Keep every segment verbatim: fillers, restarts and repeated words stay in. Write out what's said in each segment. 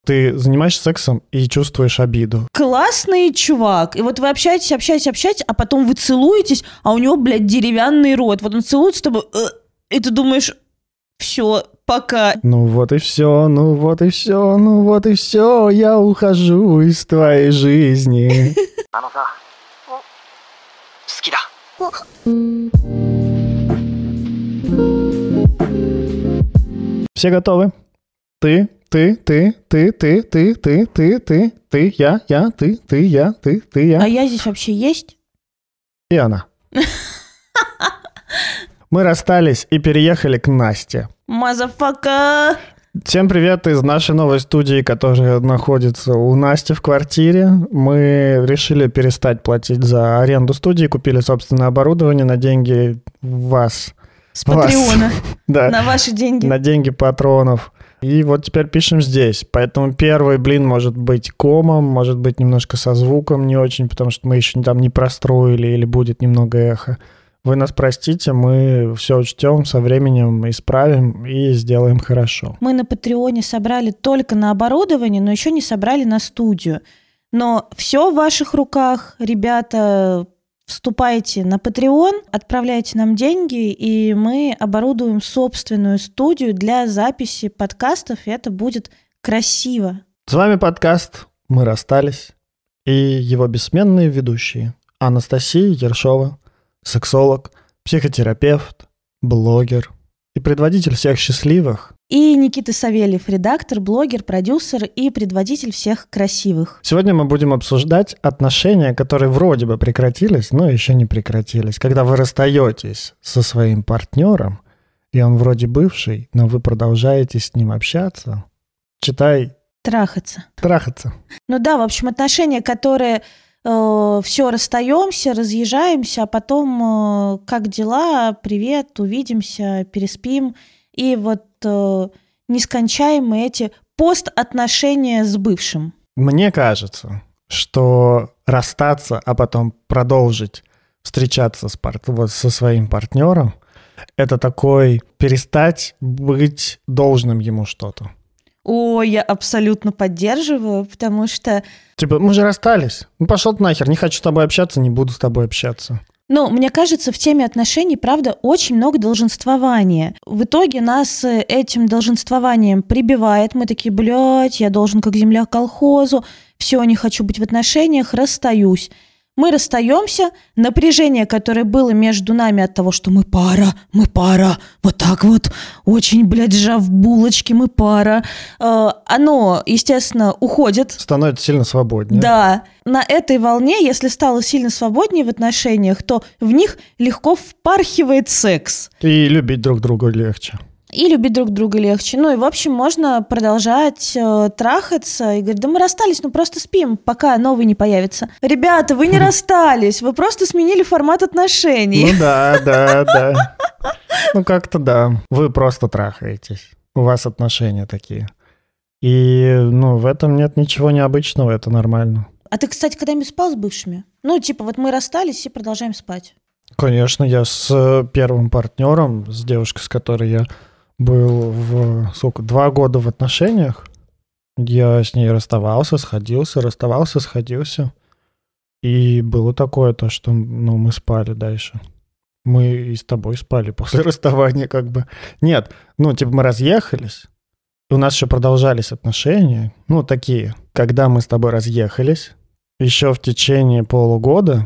Ты занимаешься сексом и чувствуешь обиду. Классный чувак. И вот вы общаетесь, общаетесь, общаетесь, а потом вы целуетесь, а у него, блядь, деревянный рот. Вот он целует с тобой, и ты думаешь, все, пока. Ну вот и все, ну вот и все, ну вот и все, я ухожу из твоей жизни. Все готовы? Ты, ты, ты, ты, ты, ты, ты, ты, ты, ты, я, я, ты, ты, я, ты, ты, я. А я здесь вообще есть? И она. Мы расстались и переехали к Насте. Мазафака! Всем привет из нашей новой студии, которая находится у Насти в квартире. Мы решили перестать платить за аренду студии, купили собственное оборудование на деньги вас. С Патреона. Да. На ваши деньги. На деньги патронов. И вот теперь пишем здесь. Поэтому первый блин может быть комом, может быть немножко со звуком не очень, потому что мы еще там не простроили или будет немного эхо. Вы нас простите, мы все учтем, со временем исправим и сделаем хорошо. Мы на Патреоне собрали только на оборудование, но еще не собрали на студию. Но все в ваших руках, ребята. Вступайте на Patreon, отправляйте нам деньги, и мы оборудуем собственную студию для записи подкастов, и это будет красиво. С вами подкаст «Мы расстались» и его бессменные ведущие Анастасия Ершова, сексолог, психотерапевт, блогер и предводитель всех счастливых. И Никита Савельев, редактор, блогер, продюсер и предводитель всех красивых. Сегодня мы будем обсуждать отношения, которые вроде бы прекратились, но еще не прекратились. Когда вы расстаетесь со своим партнером, и он вроде бывший, но вы продолжаете с ним общаться, читай... Трахаться. Трахаться. Ну да, в общем, отношения, которые... все, расстаемся, разъезжаемся, а потом э, как дела, привет, увидимся, переспим. И вот э, нескончаемые эти постотношения с бывшим. Мне кажется, что расстаться, а потом продолжить встречаться с пар... вот со своим партнером, это такой перестать быть должным ему что-то. О, я абсолютно поддерживаю, потому что... Типа, мы же расстались. Ну, пошел ты нахер, не хочу с тобой общаться, не буду с тобой общаться. Ну, мне кажется, в теме отношений, правда, очень много долженствования. В итоге нас этим долженствованием прибивает. Мы такие, блядь, я должен как земля колхозу, все, не хочу быть в отношениях, расстаюсь. Мы расстаемся, напряжение, которое было между нами от того, что мы пара, мы пара, вот так вот, очень, блядь, сжав булочки, мы пара, э, оно, естественно, уходит. Становится сильно свободнее. Да. На этой волне, если стало сильно свободнее в отношениях, то в них легко впархивает секс. И любить друг друга легче. И любить друг друга легче. Ну и, в общем, можно продолжать э, трахаться и говорить, да мы расстались, ну просто спим, пока новый не появится. Ребята, вы не расстались, вы просто сменили формат отношений. Ну да, да, да. Ну как-то да. Вы просто трахаетесь. У вас отношения такие. И, ну, в этом нет ничего необычного, это нормально. А ты, кстати, когда-нибудь спал с бывшими? Ну, типа, вот мы расстались и продолжаем спать. Конечно, я с первым партнером, с девушкой, с которой я был в, сколько, два года в отношениях. Я с ней расставался, сходился, расставался, сходился. И было такое то, что ну, мы спали дальше. Мы и с тобой спали после расставания как бы. Нет, ну типа мы разъехались. И у нас еще продолжались отношения. Ну такие. Когда мы с тобой разъехались, еще в течение полугода,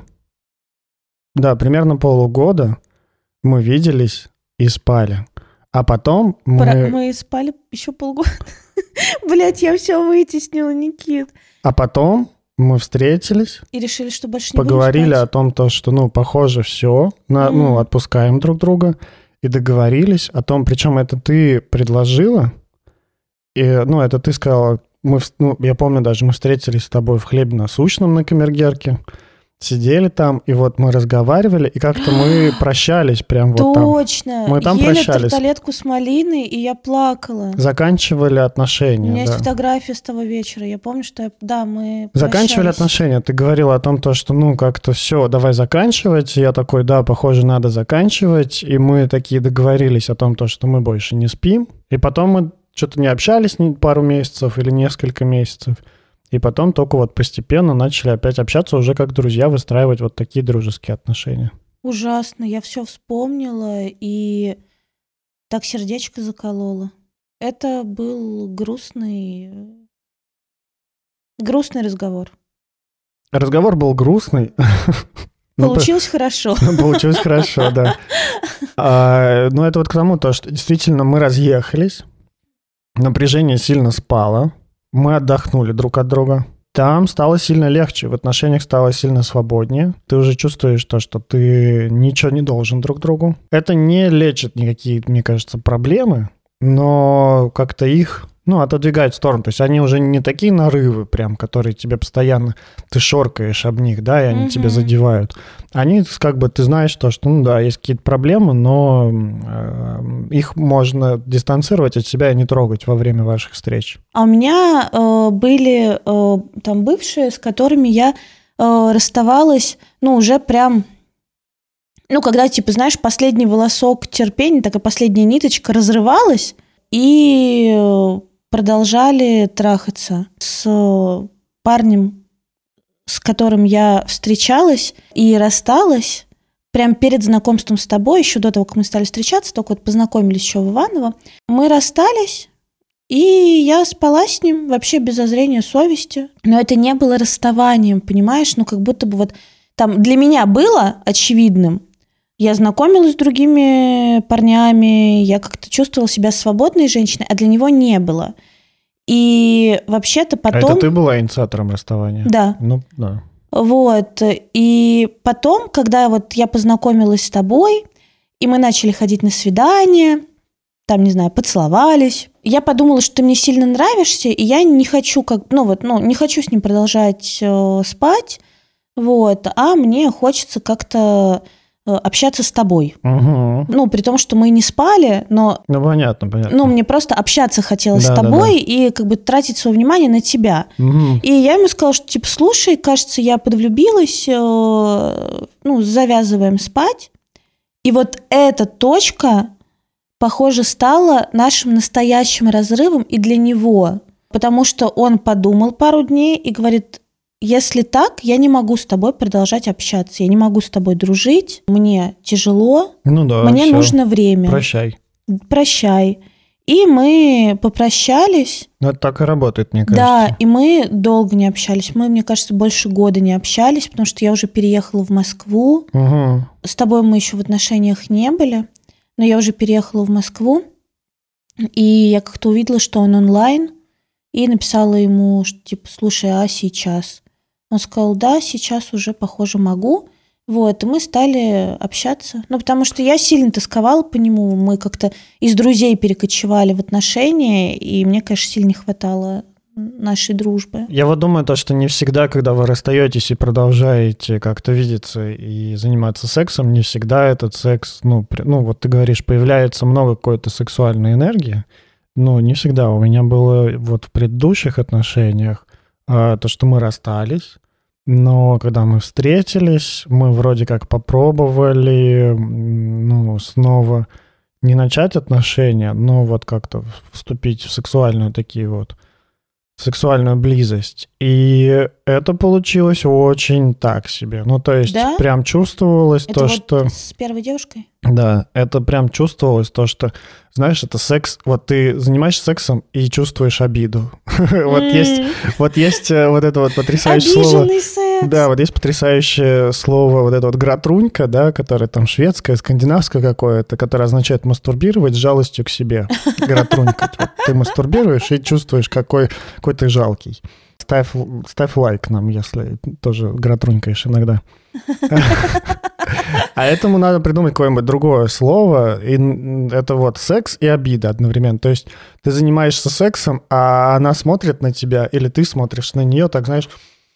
да, примерно полугода мы виделись и спали. А потом мы... Про... Мы спали еще полгода. Блять, я все вытеснила, Никит. А потом мы встретились. И решили, что больше не будем поговорили спать. О том, то, что, ну, похоже, все. На, mm. Ну, отпускаем друг друга. И договорились о том, причем это ты предложила. И, ну, это ты сказала... Мы, ну, я помню даже, мы встретились с тобой в хлебе насущном на Камергерке. Сидели там, и вот мы разговаривали, и как-то мы прощались прям вот там. Точно. Мы там ели прощались. тарталетку с малиной, и я плакала. Заканчивали отношения. У меня да. есть фотография с того вечера. Я помню, что я... да, мы заканчивали прощались. отношения. Ты говорила о том, то, что ну как-то все, давай заканчивать. Я такой, да, похоже, надо заканчивать. И мы такие договорились о том, то, что мы больше не спим. И потом мы что-то не общались пару месяцев или несколько месяцев, и потом только вот постепенно начали опять общаться, уже как друзья, выстраивать вот такие дружеские отношения. Ужасно, я все вспомнила, и так сердечко закололо. Это был грустный, грустный разговор. Разговор был грустный. Получилось хорошо. Получилось хорошо, да. А, ну, это вот к тому, то, что действительно мы разъехались, напряжение сильно спало, мы отдохнули друг от друга. Там стало сильно легче, в отношениях стало сильно свободнее. Ты уже чувствуешь то, что ты ничего не должен друг другу. Это не лечит никакие, мне кажется, проблемы, но как-то их, ну, отодвигает в сторону. То есть они уже не такие нарывы прям, которые тебе постоянно, ты шоркаешь об них, да, и они mm-hmm. тебя задевают. Они как бы, ты знаешь то, что, ну да, есть какие-то проблемы, но э, их можно дистанцировать от себя и не трогать во время ваших встреч. А у меня э, были э, там бывшие, с которыми я э, расставалась, ну, уже прям... Ну, когда, типа, знаешь, последний волосок терпения, такая последняя ниточка разрывалась, и продолжали трахаться с парнем, с которым я встречалась и рассталась прямо перед знакомством с тобой, еще до того, как мы стали встречаться, только вот познакомились еще в Иваново. Мы расстались, и я спала с ним вообще без зазрения совести. Но это не было расставанием, понимаешь? Ну, как будто бы вот там для меня было очевидным. Я знакомилась с другими парнями, я как-то чувствовала себя свободной женщиной, а для него не было. И вообще-то потом... А это ты была инициатором расставания? Да. Ну, да. Вот. И потом, когда вот я познакомилась с тобой, и мы начали ходить на свидания, там, не знаю, поцеловались, я подумала, что ты мне сильно нравишься, и я не хочу, как, ну, вот, ну, не хочу с ним продолжать э, спать, вот, а мне хочется как-то... общаться с тобой. Угу. Ну, при том, что мы не спали, но... Ну, понятно, понятно. Ну, мне просто общаться хотелось да, с тобой да, да. и как бы тратить свое внимание на тебя. Угу. И я ему сказала, что, типа, слушай, кажется, я подвлюбилась, э, ну, завязываем спать. И вот эта точка, похоже, стала нашим настоящим разрывом и для него. Потому что он подумал пару дней и говорит... Если так, я не могу с тобой продолжать общаться, я не могу с тобой дружить, мне тяжело, ну да, мне всё. нужно время. Прощай. Прощай. И мы попрощались. Ну, это так и работает, мне кажется. Да, и мы долго не общались. Мы, мне кажется, больше года не общались, потому что я уже переехала в Москву. Угу. С тобой мы еще в отношениях не были, но я уже переехала в Москву, и я как-то увидела, что он онлайн, и написала ему, что типа, слушай, а сейчас? Он сказал, да, сейчас уже, похоже, могу. Вот, и мы стали общаться. Ну, потому что я сильно тосковала по нему. Мы как-то из друзей перекочевали в отношения, и мне, конечно, сильно не хватало нашей дружбы. Я вот думаю, то, что не всегда, когда вы расстаетесь и продолжаете как-то видеться и заниматься сексом, не всегда этот секс, ну, при, ну вот ты говоришь, появляется много какой-то сексуальной энергии. Ну, не всегда. У меня было вот в предыдущих отношениях а, то, что мы расстались, но когда мы встретились, мы вроде как попробовали, ну, снова не начать отношения, но вот как-то вступить в сексуальную такие вот, сексуальную близость. И это получилось очень так себе. Ну, то есть да? Прям чувствовалось это то, вот что... с первой девушкой? Да, это прям чувствовалось то, что, знаешь, это секс, вот ты занимаешься сексом и чувствуешь обиду. Вот есть вот есть вот это вот потрясающее слово. Обиженный секс. Да, вот есть потрясающее слово, вот это вот гратрунька, да, которое там шведское, скандинавское какое-то, которое означает мастурбировать с жалостью к себе. Гратрунька. Ты мастурбируешь и чувствуешь, какой какой ты жалкий. Ставь, ставь лайк нам, если тоже гратрунькаешь иногда. А этому надо придумать какое-нибудь другое слово. И это вот секс и обида одновременно. То есть ты занимаешься сексом, а она смотрит на тебя, или ты смотришь на нее, так знаешь.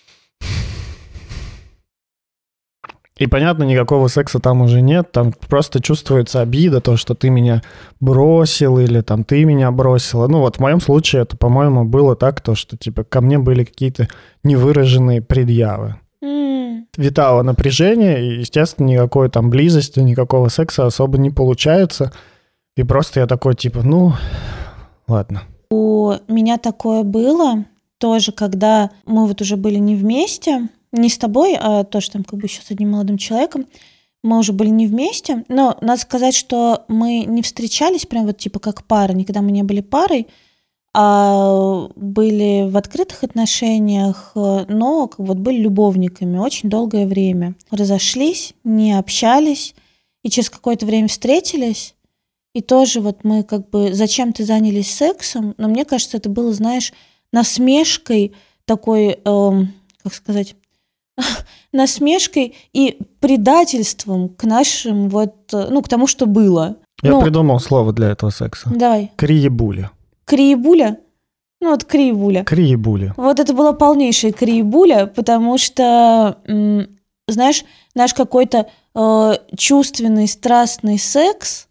И, понятно, никакого секса там уже нет, там просто чувствуется обида, то, что ты меня бросил или там ты меня бросила. Ну вот в моем случае это, по-моему, было так, то, что типа ко мне были какие-то невыраженные предъявы. Mm. Витало напряжение, и, естественно, никакой там близости, никакого секса особо не получается. И просто я такой типа, ну, Ладно. У меня такое было тоже, когда мы вот уже были не вместе, не с тобой, а тоже там как бы еще с одним молодым человеком. Мы уже были не вместе, но надо сказать, что мы не встречались прям вот типа как пара, никогда мы не были парой, а были в открытых отношениях, но как вот были любовниками очень долгое время. Разошлись, не общались, и через какое-то время встретились, и тоже вот мы как бы зачем-то занялись сексом, но мне кажется, это было, знаешь, насмешкой такой, эм, как сказать, насмешкой и предательством к нашим вот, ну, к тому, что было. Я ну, придумал слово для этого секса. Давай. Криебуля. Криебуля? Ну, вот криебуля. Криебуля. Вот это была полнейшая криебуля, потому что, м, знаешь, наш какой-то э, чувственный, страстный секс,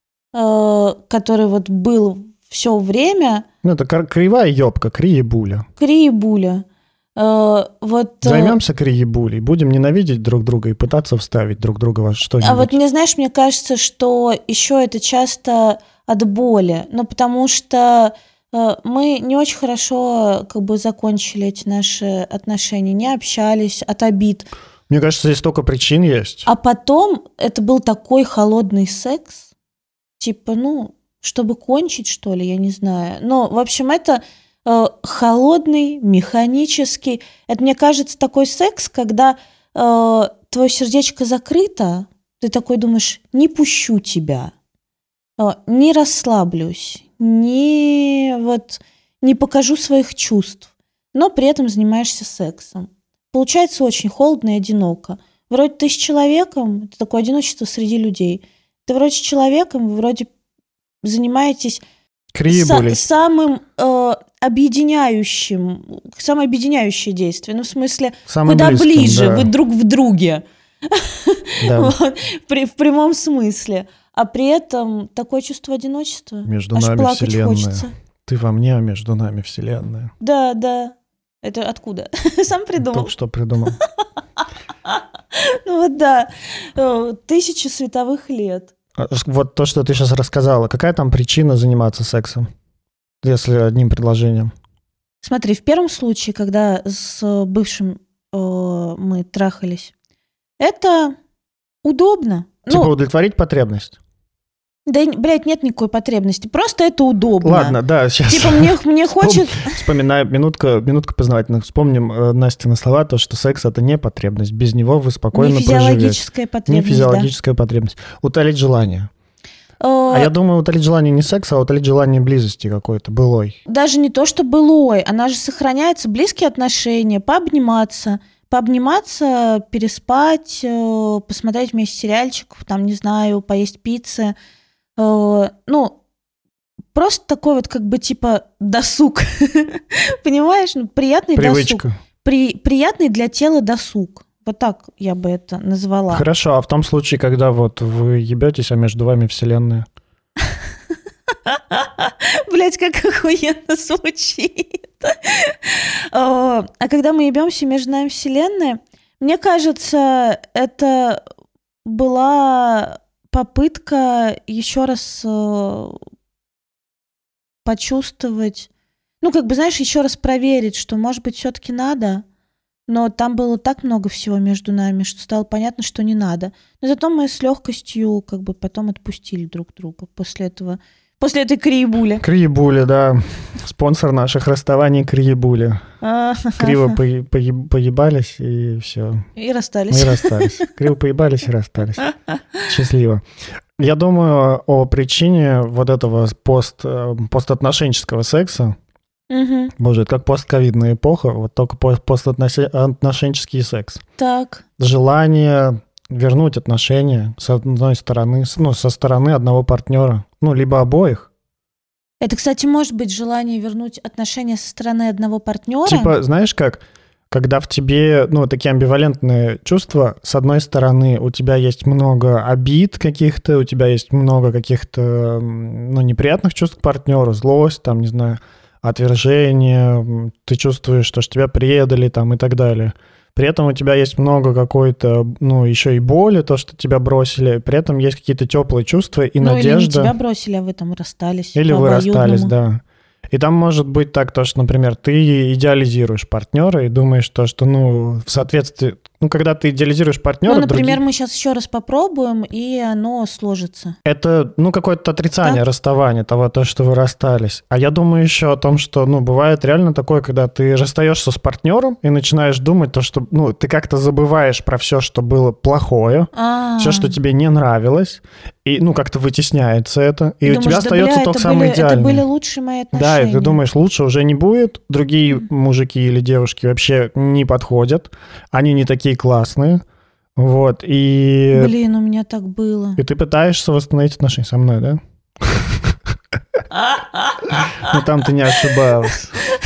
э, который вот был все время... Ну, это кривая ёбка, криебуля. Криебуля. Э, вот, Займемся криебулей, будем ненавидеть друг друга и пытаться вставить друг друга во что-нибудь. А вот мне, знаешь, мне кажется, что еще это часто от боли, ну, потому что э, мы не очень хорошо как бы закончили эти наши отношения, не общались от обид. Мне кажется, здесь столько причин есть. А потом это был такой холодный секс, типа, ну, чтобы кончить, что ли, я не знаю. Но, в общем, это э, холодный, механический. Это, мне кажется, такой секс, когда э, твое сердечко закрыто, ты такой думаешь, не пущу тебя, э, не расслаблюсь, не, вот, не покажу своих чувств, но при этом занимаешься сексом. Получается очень холодно и одиноко. Вроде ты с человеком, это такое одиночество среди людей. Ты вроде с человеком, вы вроде занимаетесь са- самым э, объединяющим, самое объединяющее действие. Ну, в смысле, самым куда близким, ближе, да. вы друг в друге. Да. Вот, при, в прямом смысле. А при этом такое чувство одиночества. Между аж нами плакать вселенная. хочется. Ты во мне, а между нами вселенная. Да, да. Это откуда? Сам придумал? Только что придумал. Ну вот да, тысячи световых лет. Вот то, что ты сейчас рассказала, какая там причина заниматься сексом, если одним предложением? Смотри, в первом случае, когда с бывшим э, мы трахались, это удобно. Типа ну, удовлетворить потребность? Да, блядь, нет никакой потребности, просто это удобно. Ладно, да, сейчас. Типа мне, мне хочет... Вспоминаем, минутка, минутка познавательных. Вспомним э, Настины слова, то, что секс — это не потребность. Без него вы спокойно проживете. Не физиологическая потребность, Не физиологическая да. потребность. Утолить желание. О... А я думаю, утолить желание не секса, а утолить желание близости какой-то, былой. Даже не то, что былой. Она же сохраняется. Близкие отношения, пообниматься. Пообниматься, переспать, посмотреть вместе сериальчик, там, не знаю, поесть пиццы. Ну, просто такой вот как бы типа досуг. Понимаешь? Ну, приятный Привычка. досуг. При, приятный для тела досуг. Вот так я бы это назвала. Хорошо, а в том случае, когда вот вы ебетесь, а между вами вселенная? Блять, как охуенно звучит. А когда мы ебемся между нами вселенная, мне кажется, это была попытка еще раз почувствовать, ну, как бы, знаешь, еще раз проверить, что, может быть, все-таки надо, но там было так много всего между нами, что стало понятно, что не надо. Но зато мы с легкостью, как бы, потом отпустили друг друга после этого. После этой криебули. Криебуля, да. Спонсор наших расставаний Криебуля. Криво поебались и все. И расстались. И расстались. Криво поебались и расстались. Счастливо. Я думаю о причине вот этого пост, постотношенческого секса. Угу. Боже, это как постковидная эпоха, вот только постотношенческий секс. Так. Желание вернуть отношения с одной стороны, ну, со стороны одного партнера, ну, либо обоих. Это, кстати, может быть желание вернуть отношения со стороны одного партнера. Типа, знаешь как, когда в тебе, ну, такие амбивалентные чувства, с одной стороны, у тебя есть много обид каких-то, у тебя есть много каких-то, ну, неприятных чувств к партнеру, злость, там, не знаю, отвержение, ты чувствуешь, что тебя предали, там, и так далее. При этом у тебя есть много какой-то, ну, еще и боли, то, что тебя бросили. При этом есть какие-то теплые чувства и ну, надежда. Или не тебя бросили, а вы там расстались. Или вы расстались, да. И там может быть так, то, что, например, ты идеализируешь партнера и думаешь, то, что, ну, в соответствии... Ну, когда ты идеализируешь партнера... Ну, например, другие... мы сейчас еще раз попробуем, и оно сложится. Это, ну, какое-то отрицание, да? расставание того, то, что вы расстались. А я думаю еще о том, что, ну, бывает реально такое, когда ты расстаешься с партнером и начинаешь думать то, что, ну, ты как-то забываешь про все, что было плохое, А-а-а. все, что тебе не нравилось, и, ну, как-то вытесняется это, и, и у думаешь, тебя да, остается бля, только это самый были, идеальный. Это были лучшие мои отношения. Да, и ты думаешь, лучше уже не будет, другие mm. мужики или девушки вообще не подходят, они не такие классные, вот, и... Блин, у меня так было. И ты пытаешься восстановить отношения со мной, да? Ну, там ты не ошибалась.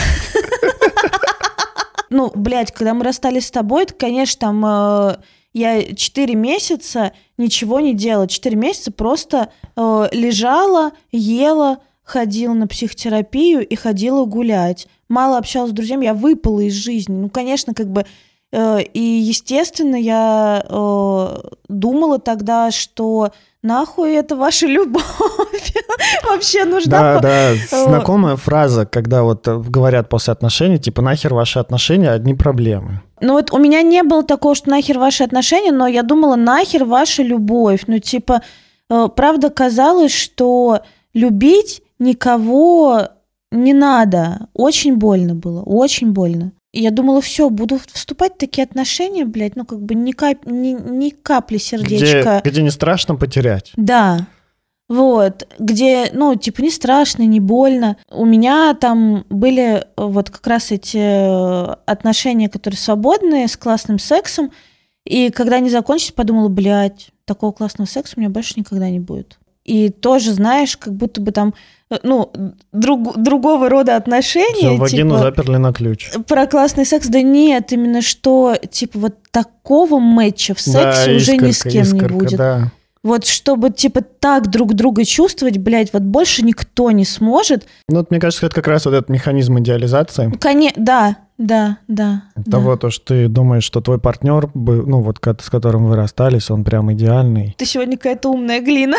Ну, блядь, когда мы расстались с тобой, конечно, там... Я четыре месяца ничего не делала. четыре месяца просто э, лежала, ела, ходила на психотерапию и ходила гулять. Мало общалась с друзьями, я выпала из жизни. Ну, конечно, как бы... Э, и, естественно, я э, думала тогда, что нахуй это ваша любовь вообще нужна. Да, да, знакомая фраза, когда вот говорят после отношений, типа, нахер ваши отношения, одни проблемы. Ну вот у меня не было такого, что нахер ваши отношения, но я думала, нахер ваша любовь. Ну типа, э, правда казалось, что любить никого не надо. Очень больно было, очень больно. И я думала, все, буду вступать в такие отношения, блядь, ну как бы ни, кап... ни, ни капли сердечка. Где, где не страшно потерять. Да. Вот, где, ну, типа, не страшно, не больно. У меня там были вот как раз эти отношения, которые свободные, с классным сексом. И когда они закончились, подумала, блядь, такого классного секса у меня больше никогда не будет. И тоже, знаешь, как будто бы там, ну, друг, другого рода отношения. Всё, вагину типа, заперли на ключ. Про классный секс, да нет, именно что, типа, вот такого мэтча в сексе да, уже искорка, ни с кем искорка, не будет. Да. Вот чтобы, типа, так друг друга чувствовать, блядь, вот больше никто не сможет. Ну, вот, мне кажется, это как раз вот этот механизм идеализации. Конечно, да, да, да. Того, да. то, что ты думаешь, что твой партнер, ну, вот с которым вы расстались, он прям идеальный. Ты сегодня какая-то умная глина.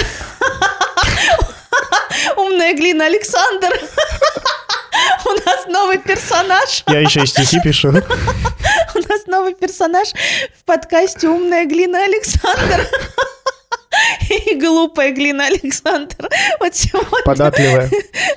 Умная глина Александр. У нас новый персонаж. Я еще и стихи пишу. У нас новый персонаж в подкасте «Умная глина Александр». И глупая глина Александр. Вот сегодня... Податливая.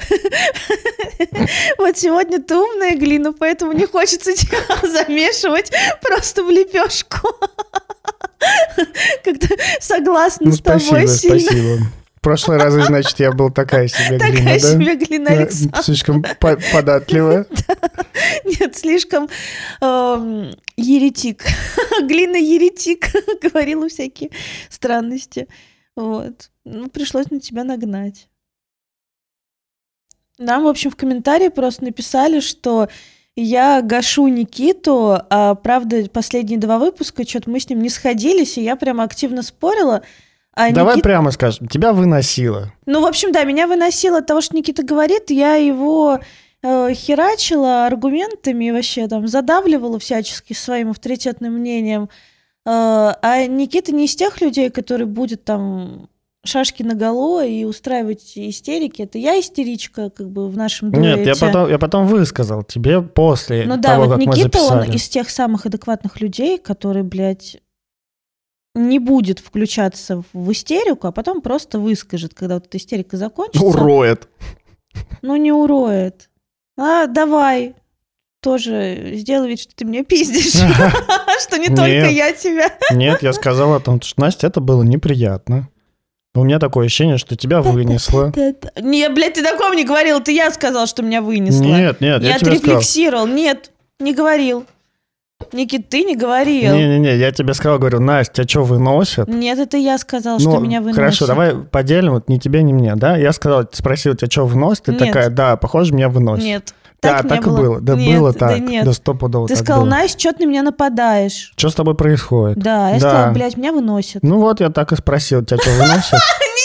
Вот сегодня ты умная глина, поэтому не хочется тебя замешивать просто в лепешку. Как-то согласна ну, с тобой спасибо, сильно. Спасибо. В прошлые разы, значит, я был такая себе такая глина, да? Такая себе глина Александр. Слишком податливая. Нет, слишком еретик. Глина-еретик. Говорила всякие странности. Вот. Ну, пришлось на тебя нагнать. Нам, в общем, в комментарии просто написали, что я гашу Никиту, а, правда, последние два выпуска, что-то мы с ним не сходились, и я прямо активно спорила. А Давай Никит... прямо скажем, тебя выносило. Ну, в общем, да, меня выносило от того, что Никита говорит, я его э, херачила аргументами и вообще там задавливала всячески своим авторитетным мнением. Э, а Никита не из тех людей, который будет там шашки наголо и устраивать истерики. Это я истеричка, как бы, в нашем дуэте. Нет, я потом, я потом высказал тебе после ну, того, да, вот как Никита, мы записали. Он из тех самых адекватных людей, которые, блядь, не будет включаться в истерику, а потом просто выскажет, когда вот эта истерика закончится. Уроет. Ну, не уроет. А, давай, тоже сделай вид, что ты меня пиздишь. Что не только я тебя. Нет, я сказал о том, что, Настя, это было неприятно. У меня такое ощущение, что тебя вынесло. Не, блядь, ты такого не говорил. Это я сказал, что меня вынесло. Нет, нет, я, я тебе отрефлексировал. сказал. Нет, не говорил. Никит, ты не говорил. Не-не-не, я тебе сказал, говорю, Настя, тебя что, выносят? Нет, это я сказал, ну, что меня выносят. Хорошо, давай поделим, вот ни тебе, ни мне, да? Я сказал, спросил тебя, что выносит? Ты нет. такая, да, похоже, меня выносит. Нет. Да, так, так и было. было. Да нет, было так. Да, нет. Да стопудово Ты так сказал, было. Настя, что ты на меня нападаешь? Что с тобой происходит? Да, я да. сказала, блядь, меня выносят. Ну вот, я так и спросил, тебя что, выносят?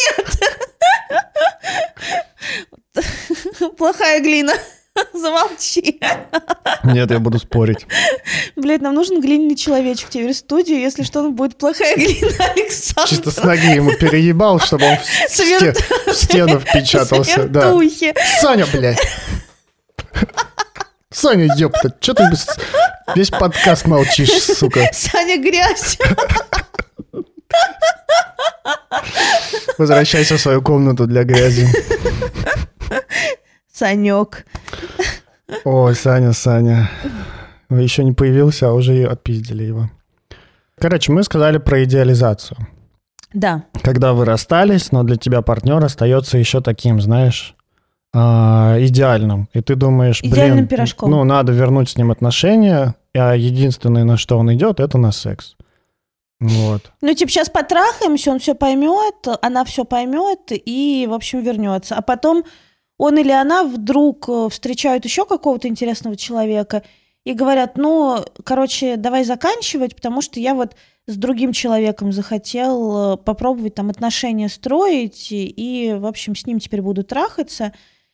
Нет. Плохая глина. Замолчи. Нет, я буду спорить. Блядь, нам нужен глиняный человечек теперь в студию. Если что, он будет плохая глина Александра. Чисто с ноги ему переебал, чтобы он в, Свер... сте... в стену впечатался. Да. Саня, блядь. Саня, ёпта, что ты весь подкаст молчишь, сука? Саня, грязь. Возвращайся в свою комнату для грязи. Санек. Ой, Саня, Саня. Еще не появился, а уже отпиздили его. Короче, мы сказали про идеализацию. Да. Когда вы расстались, но для тебя партнер остается еще таким, знаешь, идеальным. И ты думаешь, идеальным блин, пирожком. Ну, надо вернуть с ним отношения, а единственное, на что он идет, это на секс. Вот. Ну, типа, сейчас потрахаемся, он все поймет, она все поймет и, в общем, вернется. А потом он или она вдруг встречают еще какого-то интересного человека и говорят, ну, короче, давай заканчивать, потому что я вот с другим человеком захотел попробовать там отношения строить, и, в общем, с ним теперь буду трахаться.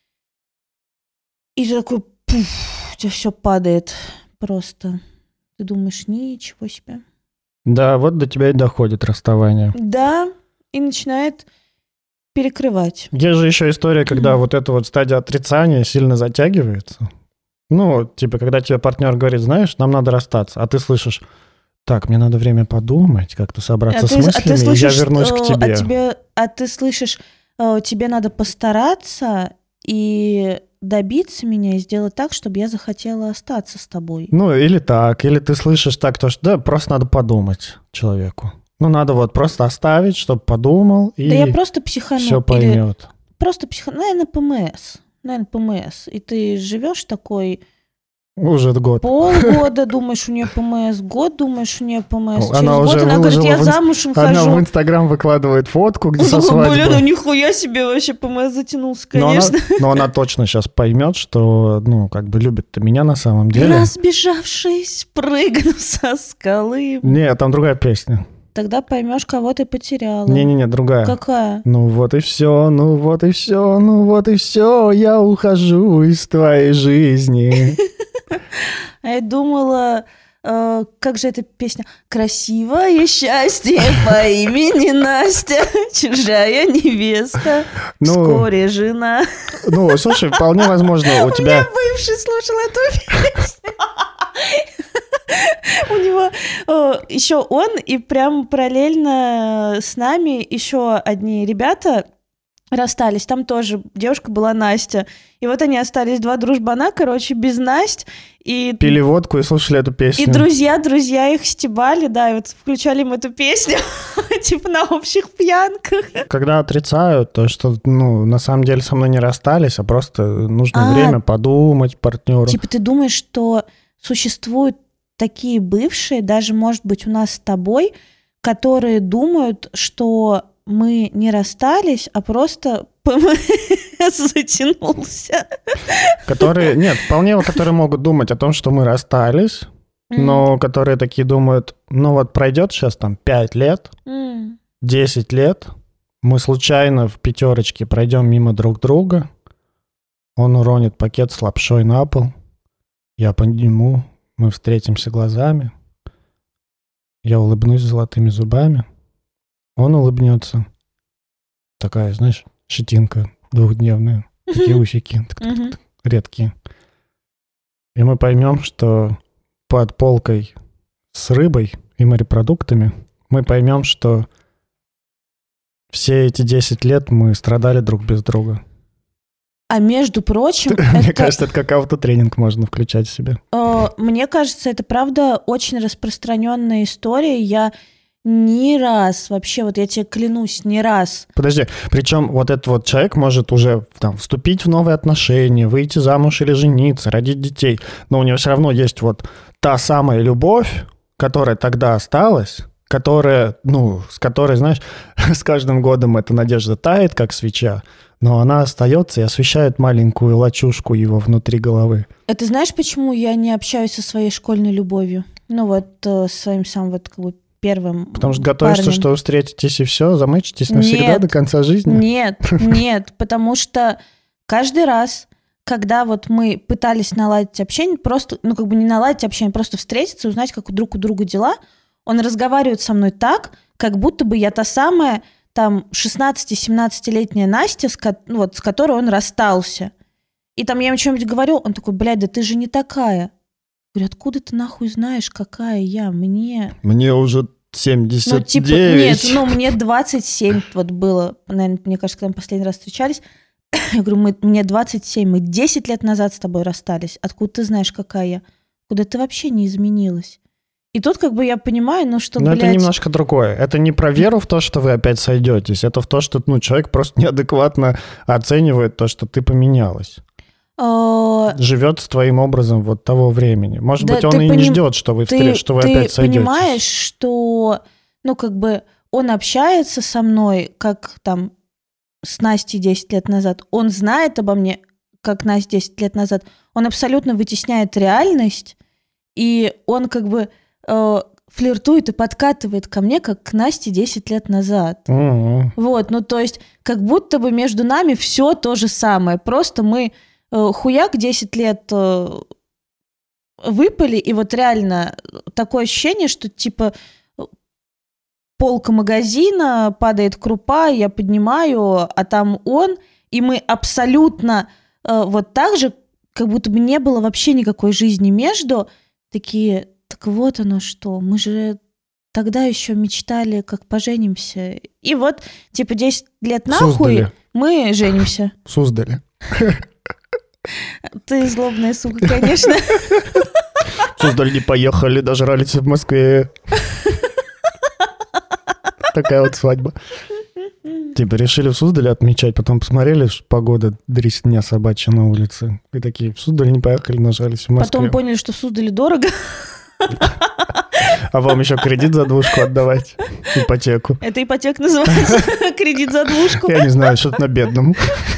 И ты такой, пуф, у тебя все падает просто. Ты думаешь, ничего себе. Да, вот до тебя и доходит расставание. Да, и начинает перекрывать. Есть же еще история, когда mm-hmm. вот эта вот стадия отрицания сильно затягивается. Ну, типа, когда тебе партнер говорит, знаешь, нам надо расстаться, а ты слышишь, так, мне надо время подумать, как-то собраться а с ты, мыслями, а ты слышишь, и я вернусь к тебе. А, тебе. а ты слышишь, тебе надо постараться и добиться меня и сделать так, чтобы я захотела остаться с тобой. Ну, или так, или ты слышишь так, то, что да, просто надо подумать человеку. Ну, надо вот просто оставить, чтобы подумал, и да я просто психану. все поймет. Или просто психану. Наверное, ПМС. Наверное, ПМС. И ты живешь такой... Уже год. Полгода думаешь, у нее ПМС, год думаешь, у нее ПМС. Через она год уже она говорит, я в... замужем она хожу. Она в Инстаграм выкладывает фотку, где со свадьбы. Блин, ну нихуя себе вообще ПМС затянулся, конечно. Но она, но она точно сейчас поймет, что, ну, как бы любит-то меня на самом деле. Разбежавшись, прыгну со скалы. Не, там другая песня. Тогда поймешь, кого ты потеряла. Не-не-не, другая. Какая? Ну вот и все, ну вот и все, ну вот и все, я ухожу из твоей жизни. А я думала, э, как же эта песня? Красивое счастье по имени Настя, чужая невеста, ну, вскоре жена. Ну, слушай, вполне возможно, у тебя... У меня бывший слушал эту песню. У него еще он и прям параллельно с нами еще одни ребята расстались. Там тоже девушка была Настя. И вот они остались два дружбана, короче, без Насть. И... Пили водку и слушали эту песню. И друзья, друзья их стебали, да, и вот включали им эту песню, типа на общих пьянках. Когда отрицают, то что, ну, на самом деле со мной не расстались, а просто нужно а, время подумать партнеру. Типа ты думаешь, что существуют такие бывшие, даже, может быть, у нас с тобой, которые думают, что мы не расстались, а просто ПМС затянулся. Которые, нет, вполне, которые могут думать о том, что мы расстались, mm. но которые такие думают, ну вот пройдет сейчас там пять лет, mm. десять лет, мы случайно в пятерочке пройдем мимо друг друга, он уронит пакет с лапшой на пол, я подниму, мы встретимся глазами, я улыбнусь золотыми зубами, он улыбнется. Такая, знаешь, щетинка двухдневная, такие усики, редкие. И мы поймем, что под полкой с рыбой и морепродуктами мы поймем, что все эти десять лет мы страдали друг без друга. А между прочим... Мне это, кажется, это как автотренинг можно включать в себе. Э, мне кажется, это правда очень распространенная история. Я ни раз, вообще, вот я тебе клянусь, ни раз. Подожди, причем вот этот вот человек может уже там вступить в новые отношения, выйти замуж или жениться, родить детей, но у него все равно есть вот та самая любовь, которая тогда осталась, которая, ну, с которой, знаешь, с каждым годом эта надежда тает, как свеча, но она остается и освещает маленькую лачушку его внутри головы. А ты знаешь, почему я не общаюсь со своей школьной любовью? Ну вот, э, своим самым вот как бы первым Потому что готовишься, парнем. Что вы встретитесь и все, замычитесь навсегда нет, до конца жизни? Нет, нет, потому что каждый раз, когда вот мы пытались наладить общение, просто, ну как бы не наладить общение, просто встретиться, узнать, как у друг у друга дела, он разговаривает со мной так, как будто бы я та самая там шестнадцати-семнадцатилетняя Настя, с, ко- вот, с которой он расстался. И там я ему что-нибудь говорю, он такой, блядь, да ты же не такая. Говорю, откуда ты нахуй знаешь, какая я? Мне... Мне уже семьдесят девять. Ну, типа, нет, ну, мне двадцать семь вот было, наверное, мне кажется, когда мы последний раз встречались. Я говорю, мы, мне двадцать семь, мы десять лет назад с тобой расстались. Откуда ты знаешь, какая я? Куда ты вообще не изменилась? И тут как бы я понимаю, ну что, Но блядь... это немножко другое. Это не про веру в то, что вы опять сойдетесь. Это в то, что ну, человек просто неадекватно оценивает то, что ты поменялась. Живет с твоим образом вот того времени. Может да, быть, он и поним... не ждет, что вы, встреч... что вы опять сойдетесь. Ты понимаешь, что, ну, как бы он общается со мной, как там с Настей десять лет назад. Он знает обо мне, как Настя десять лет назад. Он абсолютно вытесняет реальность, и он как бы э, флиртует и подкатывает ко мне, как к Насте десять лет назад. Mm-hmm. Вот, ну, то есть, как будто бы между нами все то же самое. Просто мы хуяк десять лет выпали, и вот реально такое ощущение, что типа полка магазина, падает крупа, я поднимаю, а там он, и мы абсолютно вот так же, как будто бы не было вообще никакой жизни между, такие, так вот оно что, мы же тогда еще мечтали, как поженимся. И вот, типа, десять лет нахуй Суздали. Мы женимся. Суздали. Ты злобная сука, конечно. Суздаль не поехали, дожрались в Москве. Такая вот свадьба. Типа решили в Суздале отмечать, потом посмотрели, что погода дресня собачья на улице. И такие, в Суздаль не поехали, нажались в Москве. Потом поняли, что в Суздале дорого. А вам еще кредит за двушку отдавать? Ипотеку. Это ипотека называется. Кредит за двушку. Я не знаю, что-то на бедном.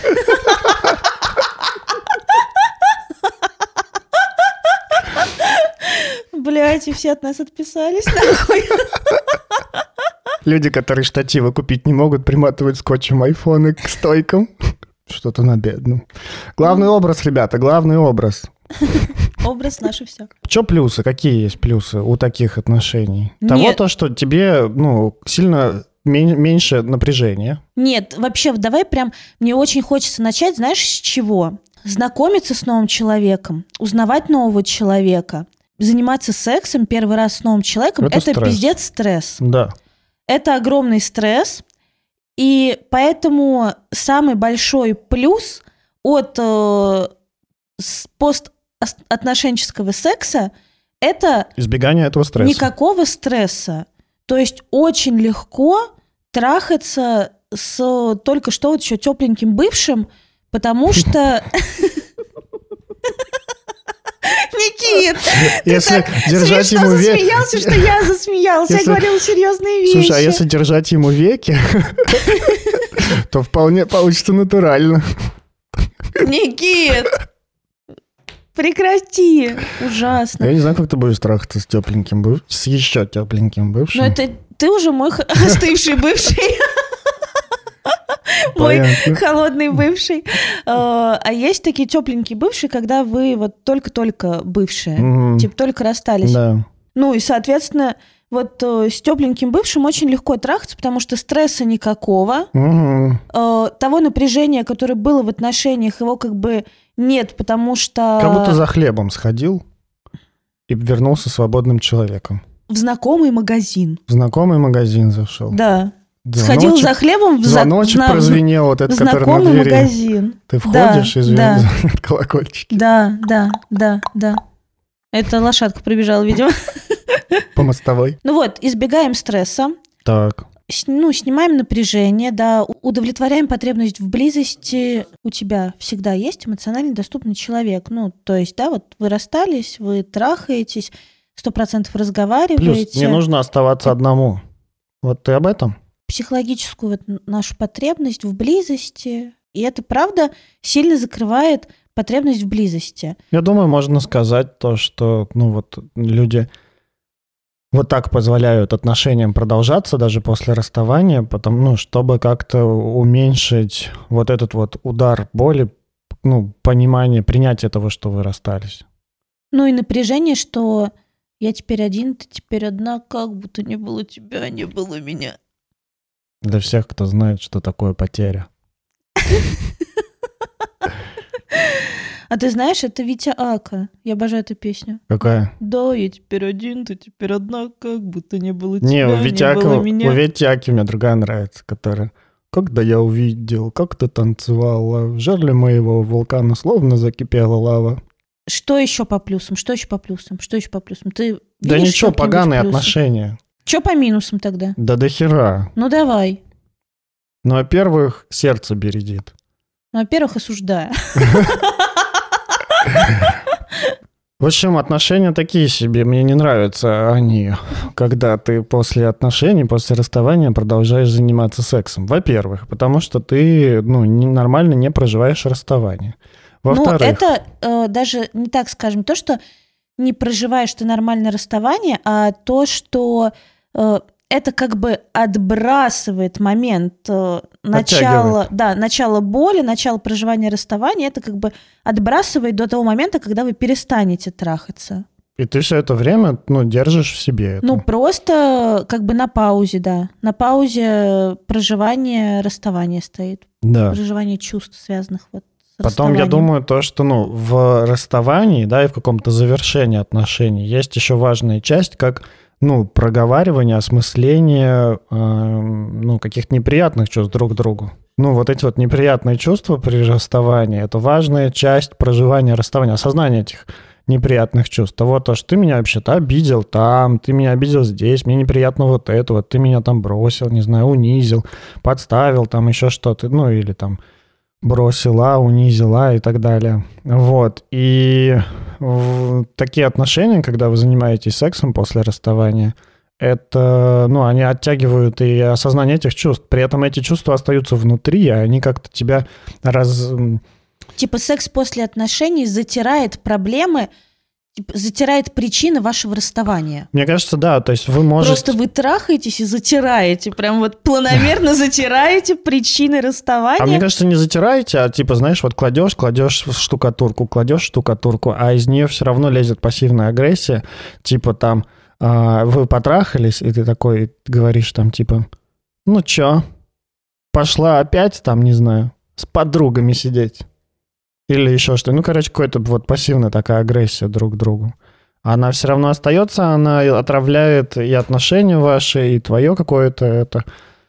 Блять, и все от нас отписались, нахуй. Люди, которые штативы купить не могут, приматывают скотчем айфоны к стойкам. Что-то на бедном. Главный образ, ребята, главный образ. Образ наше все. Что плюсы? Какие есть плюсы у таких отношений? Нет. Того, то, что тебе, ну, сильно меньше напряжения. Нет, вообще, давай прям, мне очень хочется начать, знаешь, с чего? Знакомиться с новым человеком, узнавать нового человека, заниматься сексом первый раз с новым человеком, это, это пиздец стресс. Да. Это огромный стресс, и поэтому самый большой плюс от э, постотношенческого секса – это избегание этого стресса. Никакого стресса. То есть очень легко трахаться с только что вот еще тепленьким бывшим, потому что... Никит, если ты так держать смешно ему веки... засмеялся, что я засмеялась. Если... Я говорила серьезные вещи. Слушай, а если держать ему веки, то вполне получится натурально. Никит, прекрати. Ужасно. Я не знаю, как ты будешь трахаться с тепленьким бывшим, с еще тепленьким бывшим. Ну это ты уже мой остывший бывший. Мой Понятно. Холодный бывший. А есть такие тепленькие бывшие, когда вы вот только-только бывшие, mm-hmm. типа только расстались. Да. Ну и, соответственно, вот с тепленьким бывшим очень легко трахаться, потому что стресса никакого. Mm-hmm. Того напряжения, которое было в отношениях, его как бы нет, потому что... Как будто за хлебом сходил и вернулся свободным человеком. В знакомый магазин. В знакомый магазин зашел. Да. Звоночек, сходил за хлебом в звоночек за... прозвенел, вот этот, который на знакомый двери. Магазин. Ты входишь, да, и да. звонят колокольчики. Да, да, да, да. Это лошадка пробежала, видимо. По мостовой. Ну вот, избегаем стресса. Так. Ну, снимаем напряжение, да, удовлетворяем потребность в близости. У тебя всегда есть эмоционально доступный человек. Ну, то есть, да, вот вы расстались, вы трахаетесь, сто процентов разговариваете. Плюс не нужно оставаться одному. Вот ты об этом? Психологическую вот нашу потребность в близости. И это, правда, сильно закрывает потребность в близости. Я думаю, можно сказать то, что ну вот люди вот так позволяют отношениям продолжаться даже после расставания, потому, ну, чтобы как-то уменьшить вот этот вот удар боли, ну, понимание, принятие того, что вы расстались. Ну и напряжение, что я теперь один, ты теперь одна, как будто не было тебя, не было меня. Для всех, кто знает, что такое потеря. А ты знаешь, это Витя Ака. Я обожаю эту песню. Какая? Да, я теперь один, ты теперь одна, как будто не было тебя, Не, у не Витяка, было меня. у Витяки мне другая нравится, которая... Когда я увидел, как ты танцевала, в жерле моего вулкана словно закипела лава. Что еще по плюсам? Что еще по плюсам? Что еще по плюсам? Ты Да видишь ничего, какие-нибудь поганые плюсы? отношения. Что по минусам тогда? Да до хера. Ну давай. Ну, во-первых, сердце бередит. Ну, во-первых, осуждаю. В общем, отношения такие себе. Мне не нравятся они, когда ты после отношений, после расставания продолжаешь заниматься сексом. Во-первых, потому что ты ну, не, нормально не проживаешь расставание. Во-вторых... Ну, это э, даже не так скажем, то, что не проживаешь ты нормальное расставание, а то, что э, это как бы отбрасывает момент э, начала, да, начала боли, начала проживания расставания, это как бы отбрасывает до того момента, когда вы перестанете трахаться. И ты все это время ну, держишь в себе это. Ну, просто как бы на паузе, да. На паузе проживание расставания стоит. Да. Проживание чувств, связанных вот с Потом я думаю то, что ну, в расставании, да, и в каком-то завершении отношений есть еще важная часть, как ну, проговаривание, осмысление э, ну, каких-то неприятных чувств друг к другу. Ну, вот эти вот неприятные чувства при расставании – это важная часть проживания расставания, осознания этих неприятных чувств. Того, то, что ты меня вообще-то обидел там, ты меня обидел здесь, мне неприятно вот это, вот ты меня там бросил, не знаю, унизил, подставил, там еще что-то, ну, или там бросила, унизила и так далее. Вот. И такие отношения, когда вы занимаетесь сексом после расставания, это, ну, они оттягивают и осознание этих чувств. При этом эти чувства остаются внутри, а они как-то тебя раз... Типа секс после отношений затирает проблемы, типа, затирает причины вашего расставания. Мне кажется, да, то есть вы можете... Просто вы трахаетесь и затираете, прям вот планомерно затираете причины расставания. А мне кажется, не затираете, а типа, знаешь, вот кладешь, кладешь в штукатурку, кладешь в штукатурку, а из нее все равно лезет пассивная агрессия, типа там вы потрахались, и ты такой говоришь там типа, ну чё, пошла опять там, не знаю, с подругами сидеть. Или еще что. Ну, короче, какая-то вот пассивная такая агрессия друг к другу. Она все равно остается, она отравляет и отношения ваши, и твое какое-то это.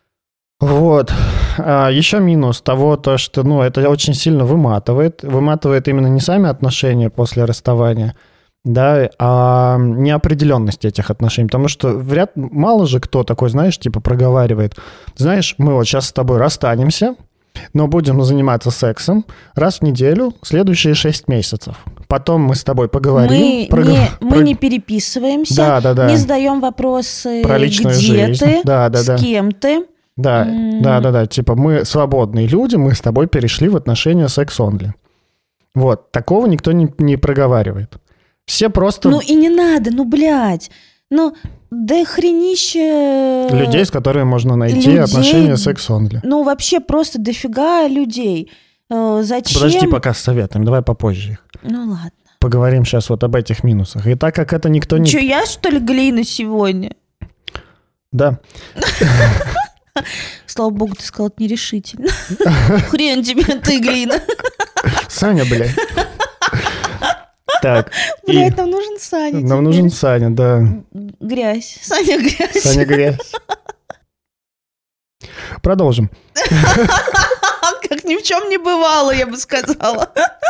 Вот. А еще минус того, то, что, ну, это очень сильно выматывает. Выматывает именно не сами отношения после расставания, да, а неопределенность этих отношений. Потому что вряд мало же кто такой, знаешь, типа проговаривает. Знаешь, мы вот сейчас с тобой расстанемся, но будем заниматься сексом раз в неделю следующие шесть месяцев. Потом мы с тобой поговорим. Мы, про... не, про... мы не переписываемся, да, да, да. не задаем вопросы, про личную где жизнь. ты, да, да, с да. кем ты. Да, mm. да, да, да. Типа мы свободные люди, мы с тобой перешли в отношения секс-онли. Вот. Такого никто не, не проговаривает. Все просто... Ну и не надо, ну, блядь. Ну, да хренище... Людей, с которыми можно найти людей, отношения секс-онли. Ну, вообще просто дофига людей. Зачем? Подожди пока с советами, давай попозже их. Ну, ладно. Поговорим сейчас вот об этих минусах. И так как это никто не... Че, я, что ли, Глина сегодня? Да. Слава богу, ты сказал это нерешительно. Хрен тебе, ты, Глина. Саня, блядь. Так. Блядь, нам нужен Саня. Нам теперь. нужен Саня, да. Грязь. Саня грязь. Саня грязь. Продолжим. Как ни в чем не бывало, я бы сказала.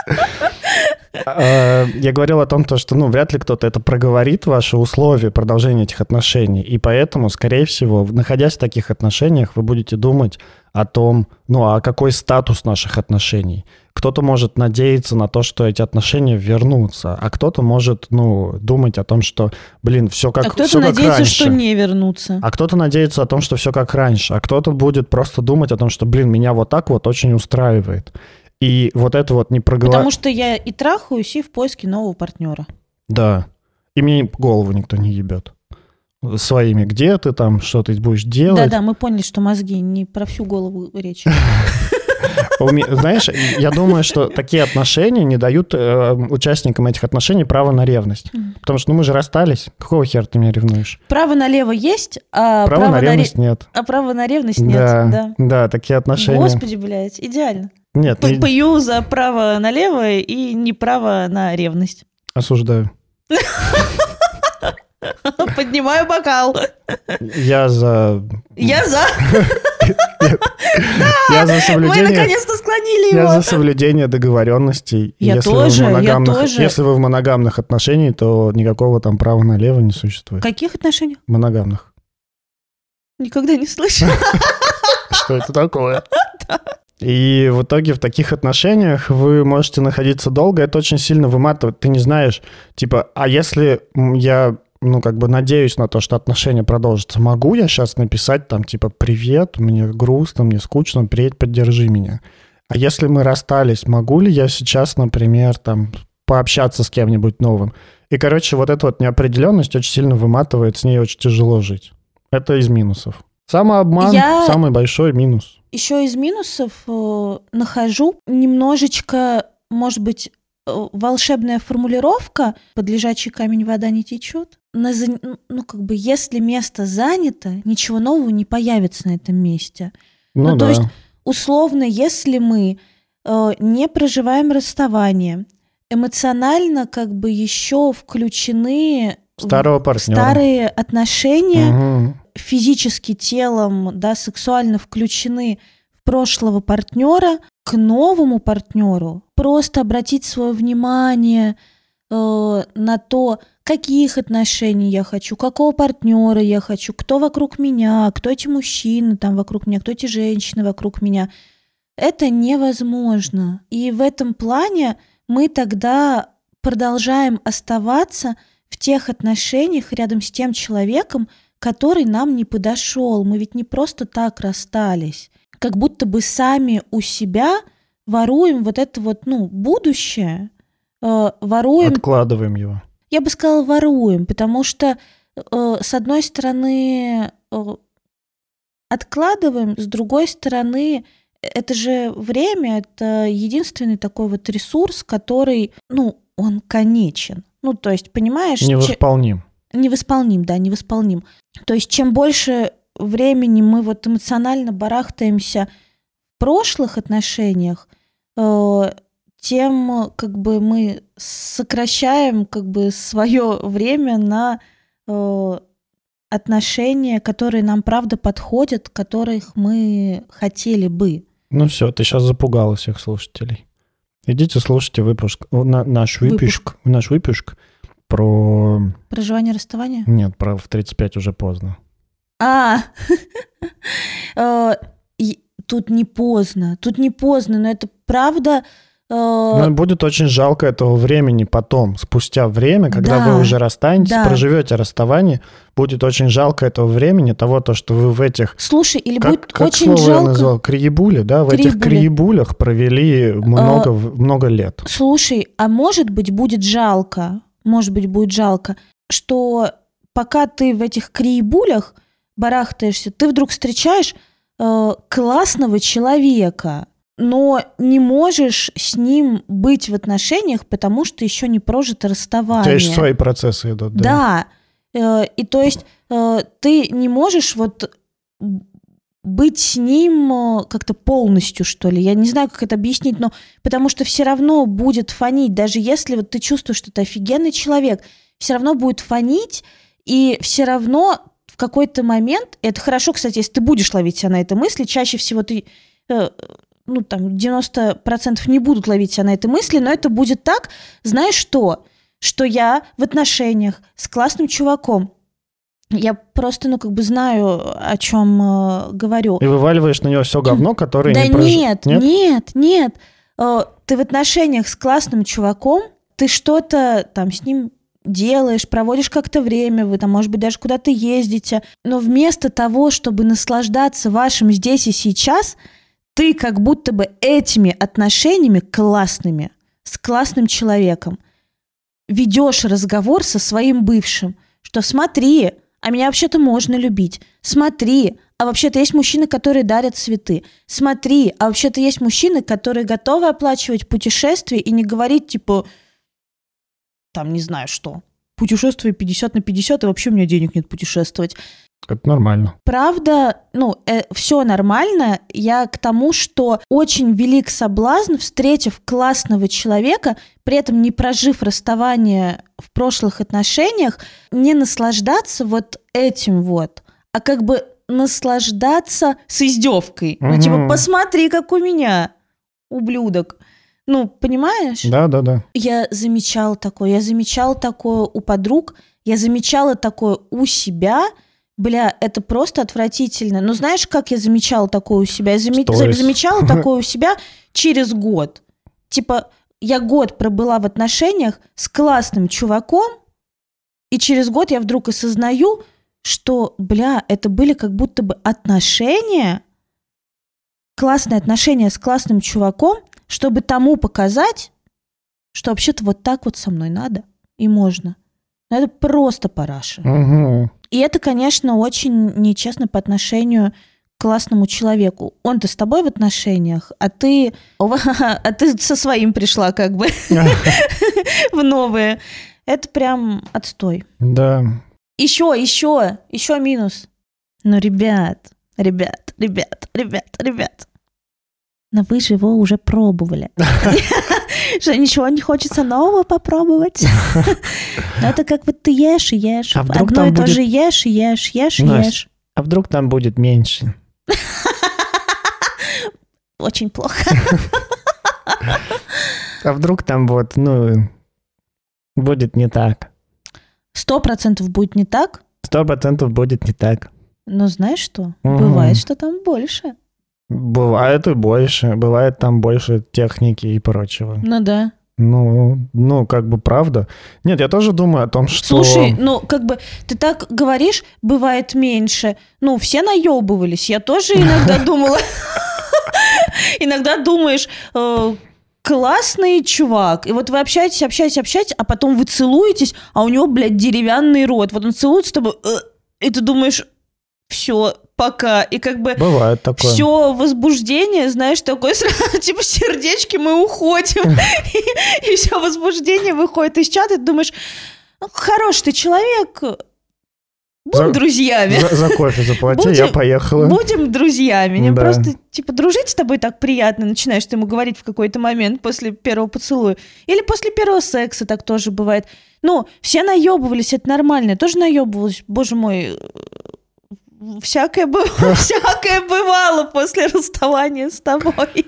Я говорил о том, что ну, вряд ли кто-то это проговорит, ваши условия продолжения этих отношений. И поэтому, скорее всего, находясь в таких отношениях, вы будете думать о том, ну, а какой статус наших отношений. Кто-то может надеяться на то, что эти отношения вернутся, а кто-то может, ну, думать о том, что, блин, все как, а кто-то все как надеется, раньше. что не вернутся. А кто-то надеется о том, что все как раньше, а кто-то будет просто думать о том, что, блин, меня вот так вот очень устраивает. И вот это вот не проговаривать. Потому что я и трахаюсь, и в поиске нового партнера. Да. И мне голову никто не ебет. Своими, где ты там, что ты будешь делать. Да-да, мы поняли, что мозги, не про всю голову речь. Знаешь, я думаю, что такие отношения не дают э, участникам этих отношений права на ревность. Mm. Потому что ну, мы же расстались. Какого хера ты меня ревнуешь? Право налево есть, а право, право на ревность на... нет. А право на ревность нет. Да, да. да, такие отношения. Господи, блядь, идеально. Нет, П- не... Пою за право налево и не право на ревность. Осуждаю. Поднимаю бокал. Я за... Я за. Я за соблюдение... Мы наконец-то склонили Я его. за соблюдение договоренностей. Я если тоже, вы в я моногамных... тоже. Если вы в моногамных отношениях, то никакого там права налево не В существует. каких отношениях? Моногамных. Никогда не слышала. Что это такое? И в итоге в таких отношениях вы можете находиться долго, это очень сильно выматывает. Ты не знаешь, типа, а если я, ну, как бы надеюсь на то, что отношения продолжатся, могу я сейчас написать там, типа, привет, мне грустно, мне скучно, приедь, поддержи меня. А если мы расстались, могу ли я сейчас, например, там, пообщаться с кем-нибудь новым? И, короче, вот эта вот неопределенность очень сильно выматывает, с ней очень тяжело жить. Это из минусов. Самообман Я- – самый большой минус. Еще из минусов э, нахожу немножечко, может быть, э, волшебная формулировка «под лежачий камень вода не течет». На за- Ну, как бы, если место занято, ничего нового не появится на этом месте. Ну, Ну, да. то есть, условно, если мы э, не проживаем расставание, эмоционально как бы еще включены в Старого партнера. старые отношения, Мгм. физически телом, да, сексуально включены в прошлого партнера, к новому партнеру просто обратить свое внимание э, на то, каких отношений я хочу, какого партнера я хочу, кто вокруг меня, кто эти мужчины там вокруг меня, кто эти женщины вокруг меня. Это невозможно. И в этом плане мы тогда продолжаем оставаться в тех отношениях рядом с тем человеком, который нам не подошел. Мы ведь не просто так расстались. Как будто бы сами у себя воруем вот это вот, ну, будущее, э, воруем, Откладываем его. я бы сказала, воруем, потому что, э, с одной стороны, э, откладываем, с другой стороны, это же время, это единственный такой вот ресурс, который, ну, он конечен. Ну, то есть, понимаешь... че- Невосполним. Невосполним, да, невосполним. То есть чем больше времени мы вот эмоционально барахтаемся в прошлых отношениях, э, тем как бы мы сокращаем как бы свое время на э, отношения, которые нам правда подходят, которых мы хотели бы. Ну все, ты сейчас запугала всех слушателей. Идите слушайте выпуск, о, на- наш выпуск, наш выпуск про... Проживание расставания? Нет, про в тридцать пять уже поздно. А, Э, и тут не поздно, тут не поздно, но это правда. э, Но будет очень жалко этого времени потом, спустя время, когда Да, вы уже расстанетесь, да. проживете расставание, будет очень жалко этого времени, того, то, что вы в этих... Слушай, или Как, будет как очень слово я жалко. назвал? Криебули, да? В этих Криебули. криебулях провели много, много лет. Слушай, а может быть будет жалко, может быть будет жалко, что пока ты в этих криебулях барахтаешься, ты вдруг встречаешь э, классного человека, но не можешь с ним быть в отношениях, потому что еще не прожито расставание. У тебя еще свои процессы идут, да? Да. Э, И то есть э, ты не можешь вот быть с ним э, как-то полностью, что ли. Я не знаю, как это объяснить, но потому что все равно будет фонить, даже если вот ты чувствуешь, что ты офигенный человек, все равно будет фонить, и все равно в какой-то момент, и это хорошо, кстати, если ты будешь ловить себя на этой мысли, чаще всего ты, э, ну там, девяносто процентов не будут ловить себя на этой мысли, но это будет так, знаешь что? Что я в отношениях с классным чуваком, я просто, ну, как бы знаю, о чем э, говорю. И вываливаешь на него все говно, которое Да не прожил. нет, нет, нет. Э, Ты в отношениях с классным чуваком, ты что-то там с ним делаешь, проводишь как-то время, вы там, может быть, даже куда-то ездите, но вместо того, чтобы наслаждаться вашим здесь и сейчас, ты как будто бы этими отношениями классными, с классным человеком, ведешь разговор со своим бывшим, что смотри, а меня вообще-то можно любить, смотри, а вообще-то есть мужчины, которые дарят цветы, смотри, а вообще-то есть мужчины, которые готовы оплачивать путешествия и не говорить, типа, там, не знаю что, путешествие пятьдесят на пятьдесят, и вообще у меня денег нет путешествовать. Это нормально. Правда, ну, э, все нормально. Я к тому, что очень велик соблазн, встретив классного человека, при этом не прожив расставание в прошлых отношениях, не наслаждаться вот этим вот, а как бы наслаждаться с издевкой. Угу. Ну, типа, посмотри, как у меня, ублюдок. Ну, понимаешь? Да, да, да. Я замечала такое, я замечала такое у подруг, я замечала такое у себя. Бля, это просто отвратительно. Но знаешь, как я замечала такое у себя? Я заме- Сторис. замечала такое у себя через год. Типа, я год пробыла в отношениях с классным чуваком, и через год я вдруг осознаю, что, бля, это были как будто бы отношения, классные отношения с классным чуваком, чтобы тому показать, что вообще-то вот так вот со мной надо и можно. Но это просто параша. Угу. И это, конечно, очень нечестно по отношению к классному человеку. Он-то с тобой в отношениях, а ты, а ты со своим пришла как бы в новые. Это прям отстой. Да. Еще, еще, еще минус. Ну, ребят, ребят, ребят, ребят, ребят. Но вы же его уже пробовали. Что, ничего не хочется нового попробовать? Но это как вот ты ешь и ешь. Одно и то же ешь и ешь, ешь и ешь. А вдруг там будет меньше? Очень плохо. А вдруг там вот, ну, будет не так? Сто процентов будет не так? Сто процентов будет не так. Но знаешь что? Бывает, что там больше. Бывает и больше. Бывает там больше техники и прочего. Ну да. Ну, ну, как бы правда. Нет, я тоже думаю о том, что... Слушай, ну, как бы, ты так говоришь, бывает меньше. Ну, все наебывались. Я тоже иногда думала... Иногда думаешь, классный чувак. И вот вы общаетесь, общаетесь, общаетесь, а потом вы целуетесь, а у него, блядь, деревянный рот. Вот он целуется с тобой, и ты думаешь, все, пока. И как бы бывает такое. Все возбуждение, знаешь, такое сразу, типа, сердечки, мы уходим. И, и все возбуждение выходит из чата, и ты думаешь, ну, хороший ты человек, будем за, друзьями. За, за кофе заплати, будем, я поехала. Будем друзьями. Мне да. просто, типа, дружить с тобой так приятно, начинаешь ты ему говорить в какой-то момент после первого поцелуя. Или после первого секса так тоже бывает. Ну, все наебывались, это нормально. Я тоже наебывалась, боже мой... Всякое, бывало, всякое бывало после расставания с тобой.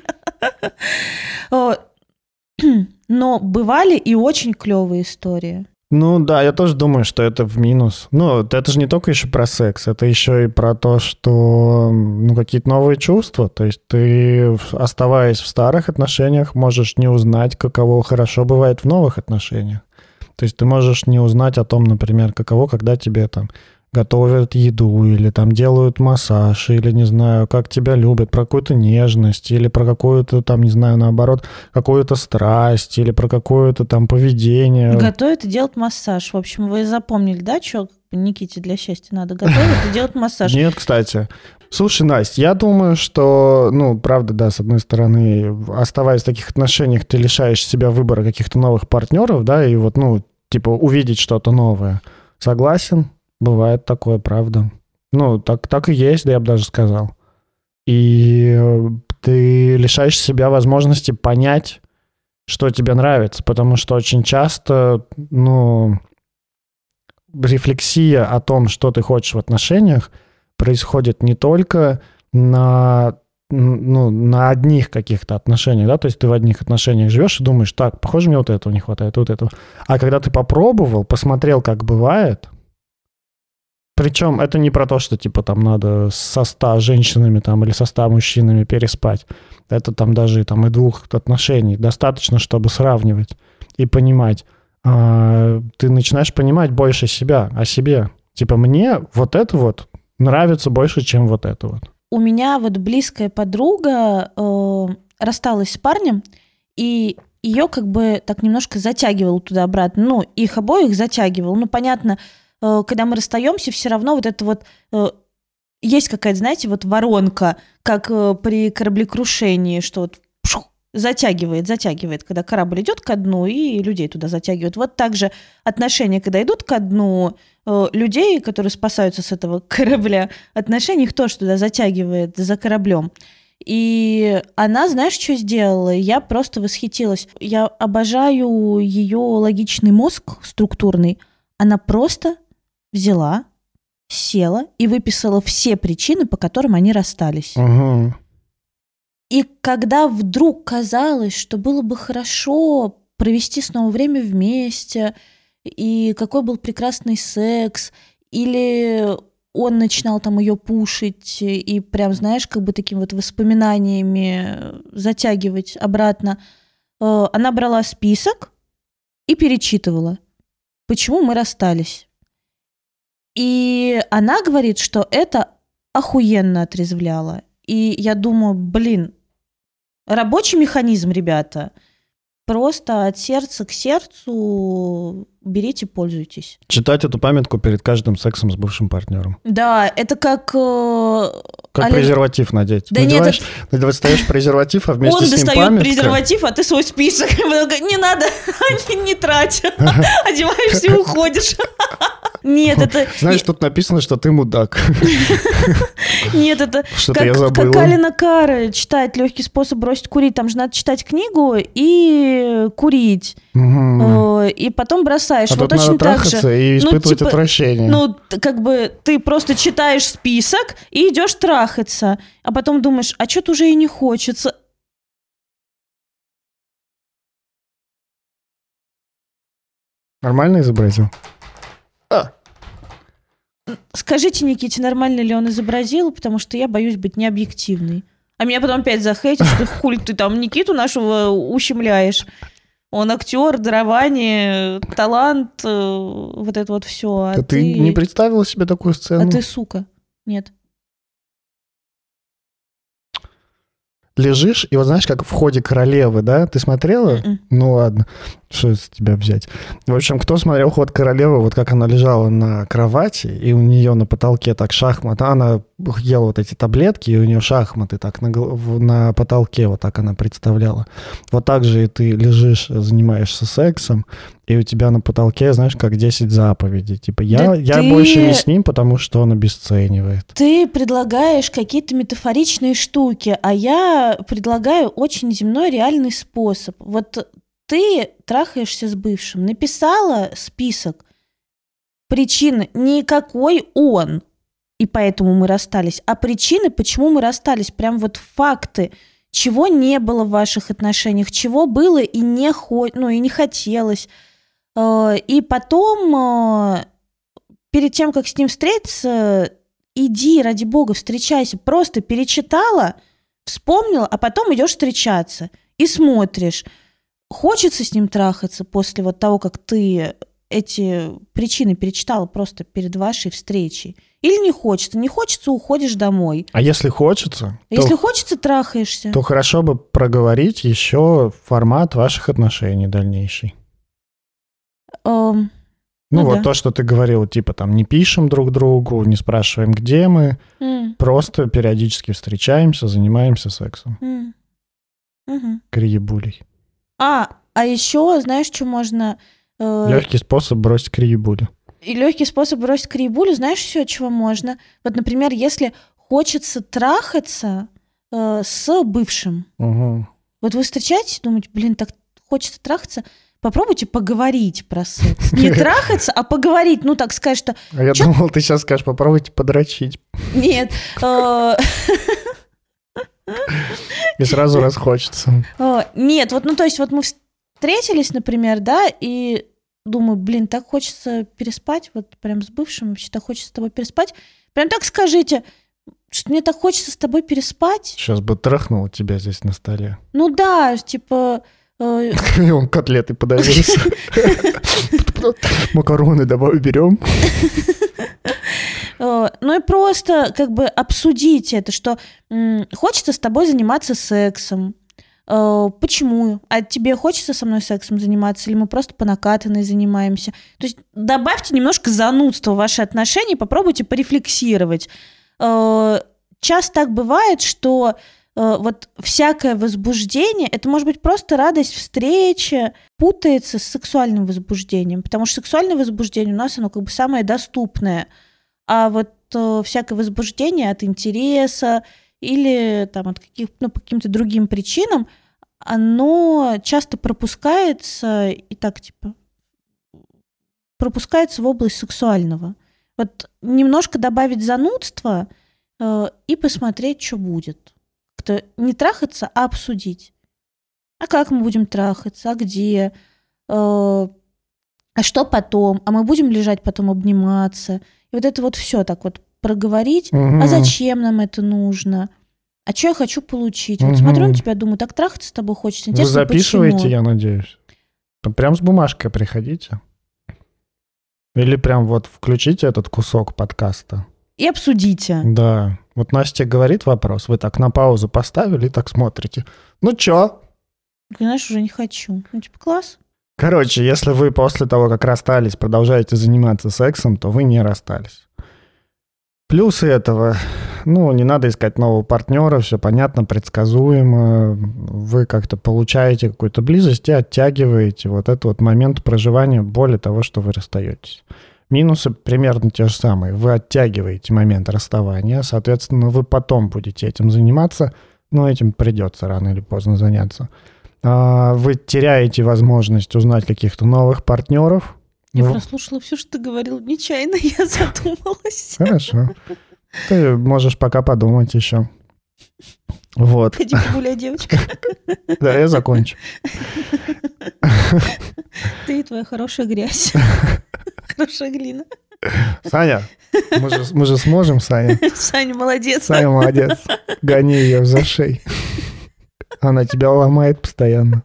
Но бывали и очень клевые истории. Ну да, я тоже думаю, что это в минус. Ну, это же не только еще про секс, это еще и про то, что ну, какие-то новые чувства. То есть ты, оставаясь в старых отношениях, можешь не узнать, каково хорошо бывает в новых отношениях. То есть ты можешь не узнать о том, например, каково, когда тебе там готовят еду, или там делают массаж, или, не знаю, как тебя любят, про какую-то нежность, или про какую-то там, не знаю, наоборот, какую-то страсть, или про какое-то там поведение. Готовят и делают массаж. В общем, вы запомнили, да, что Никите для счастья надо готовить и делать массаж? Нет, кстати. Слушай, Настя, я думаю, что, ну, правда, да, с одной стороны, оставаясь в таких отношениях, ты лишаешь себя выбора каких-то новых партнеров, да, и вот, ну, типа, увидеть что-то новое. Согласен? Бывает такое, правда. Ну, так, так и есть, да я бы даже сказал. И ты лишаешь себя возможности понять, что тебе нравится, потому что очень часто, ну, рефлексия о том, что ты хочешь в отношениях, происходит не только на, ну, на одних каких-то отношениях, да, то есть ты в одних отношениях живешь и думаешь, так, похоже, мне вот этого не хватает, вот этого. А когда ты попробовал, посмотрел, как бывает... Причем это не про то, что типа там надо со ста женщинами там, или со ста мужчинами переспать. Это там даже там, и двух отношений достаточно, чтобы сравнивать и понимать. А, ты начинаешь понимать больше себя, о себе. Типа мне вот это вот нравится больше, чем вот это вот. У меня вот близкая подруга э, рассталась с парнем, и ее как бы так немножко затягивало туда-обратно. Ну, их обоих затягивало. Ну, понятно, когда мы расстаемся, все равно вот это вот э, есть какая-то, знаете, вот воронка, как э, при кораблекрушении, что вот пшу, затягивает, затягивает, когда корабль идет ко дну, и людей туда затягивают. Вот так же отношения, когда идут ко дну, людей, которые спасаются с этого корабля, отношения их тоже туда затягивает за кораблем. И она, знаешь, что сделала? Я просто восхитилась. Я обожаю ее логичный мозг структурный. Она просто взяла, села и выписала все причины, по которым они расстались. Угу. И когда вдруг казалось, что было бы хорошо провести снова время вместе, и какой был прекрасный секс, или он начинал там ее пушить, и прям, знаешь, как бы такими вот воспоминаниями затягивать обратно, она брала список и перечитывала, почему мы расстались. И она говорит, что это охуенно отрезвляло. И я думаю, блин, рабочий механизм, ребята. Просто от сердца к сердцу берите, пользуйтесь. Читать эту памятку перед каждым сексом с бывшим партнером. Да, это как... Э, как Олег... презерватив надеть. Да Надеваешь, нет, это... достаешь презерватив, а вместе он с ним достает памятка. презерватив, а ты свой список. Не надо, не, не трать. Одеваешься и уходишь. Нет, это... Знаешь, тут написано, что ты мудак. Нет, это Что-то как, я забыла. как Алина Кара читает «Легкий способ бросить курить». Там же надо читать книгу и курить. Угу. И потом бросаешь. А вот тут точно надо так трахаться же. и испытывать ну, типа, отвращение. Ну, как бы ты просто читаешь список и идешь трахаться. А потом думаешь, а что-то уже и не хочется. Нормально изобразил? А. Скажите Никите, нормально ли он изобразил, потому что я боюсь быть необъективной. А меня потом опять захейтят, что хули ты там Никиту нашего ущемляешь. Он актер, дарование, талант, вот это вот все. А ты, ты не представила себе такую сцену? А ты сука. Нет. Лежишь, и вот знаешь, как в «Ходе королевы», да? Ты смотрела? Mm-mm. Ну ладно, что с тебя взять. В общем, кто смотрел «Ход королевы», вот как она лежала на кровати, и у нее на потолке так шахмат, она ела вот эти таблетки, и у нее шахматы так на, на потолке, вот так она представляла. Вот так же и ты лежишь, занимаешься сексом, и у тебя на потолке, знаешь, как десять заповедей. Типа, я, да я ты... больше не с ним, потому что он обесценивает. Ты предлагаешь какие-то метафоричные штуки, а я предлагаю очень земной реальный способ. Вот ты трахаешься с бывшим, написала список причин, никакой он, и поэтому мы расстались, а причины, почему мы расстались, прям вот факты, чего не было в ваших отношениях, чего было и не, хо... ну, и не хотелось. И потом, перед тем, как с ним встретиться, иди, ради бога, встречайся. Просто перечитала, вспомнила, а потом идешь встречаться и смотришь. Хочется с ним трахаться после вот того, как ты эти причины перечитала просто перед вашей встречей? Или не хочется? Не хочется, уходишь домой. А если хочется? А то, если хочется, трахаешься. То хорошо бы проговорить еще формат ваших отношений дальнейший. Um, ну, ну вот да. то, что ты говорила, типа там не пишем друг другу, не спрашиваем, где мы, mm. просто периодически встречаемся, занимаемся сексом. Mm. Mm-hmm. Криебулей. А, а еще, знаешь, что можно... Э... Легкий способ бросить криебулю. И легкий способ бросить криебулю, знаешь, все, чего можно? Вот, например, если хочется трахаться э, с бывшим. Угу. Вот вы встречаетесь, думаете, блин, так хочется трахаться... Попробуйте поговорить про секс. Не трахаться, а поговорить. Ну, так сказать, что... А я Чё? думал, ты сейчас скажешь, попробуйте подрочить. Нет. И сразу расхочется. Нет, вот, ну, то есть, вот мы встретились, например, да, и думаю, блин, так хочется переспать, вот прям с бывшим, вообще так хочется с тобой переспать. Прям так скажите, что мне так хочется с тобой переспать. Сейчас бы трахнула тебя здесь на столе. Ну да, типа... И он котлеты подавился. Макароны давай уберем. Ну и просто как бы обсудить это, что хочется с тобой заниматься сексом. Почему? А тебе хочется со мной сексом заниматься, или мы просто по накатанной занимаемся? То есть добавьте немножко занудства в ваши отношения, попробуйте порефлексировать. Часто так бывает, что вот всякое возбуждение, это может быть просто радость встречи, путается с сексуальным возбуждением, потому что сексуальное возбуждение у нас, оно как бы самое доступное, а вот э, всякое возбуждение от интереса или там от каких, ну, по каким-то другим причинам, оно часто пропускается и так типа пропускается в область сексуального. Вот немножко добавить занудства э, и посмотреть, что будет. Как-то не трахаться, а обсудить. А как мы будем трахаться? А где? Э, а что потом? А мы будем лежать потом обниматься? И вот это вот все так вот проговорить. Угу. А зачем нам это нужно? А что я хочу получить? Вот угу. смотрю на тебя, думаю, так трахаться с тобой хочется. Интересно, вы записываете, почему? Я надеюсь? Прям с бумажкой приходите. Или прям вот включите этот кусок подкаста. И обсудите. Да. Вот Настя говорит вопрос, вы так на паузу поставили и так смотрите. Ну чё? Знаешь, уже не хочу. Ну типа класс. Короче, если вы после того, как расстались, продолжаете заниматься сексом, то вы не расстались. Плюсы этого, ну, не надо искать нового партнера, все понятно, предсказуемо. Вы как-то получаете какую-то близость и оттягиваете вот этот вот момент проживания боли того, что вы расстаетесь. Минусы примерно те же самые. Вы оттягиваете момент расставания, соответственно, вы потом будете этим заниматься, но этим придется рано или поздно заняться. Вы теряете возможность узнать каких-то новых партнеров. Я ну, прослушала все, что ты говорил, нечаянно я задумалась. Хорошо. Ты можешь пока подумать еще. Вот. Пойди погуляй, девочка. Да, я закончу. Ты и твоя хорошая грязь. Хорошая глина. Саня, мы же, мы же сможем, Саня. Саня молодец. Саня молодец. Гони ее в зашей. Она тебя ломает постоянно.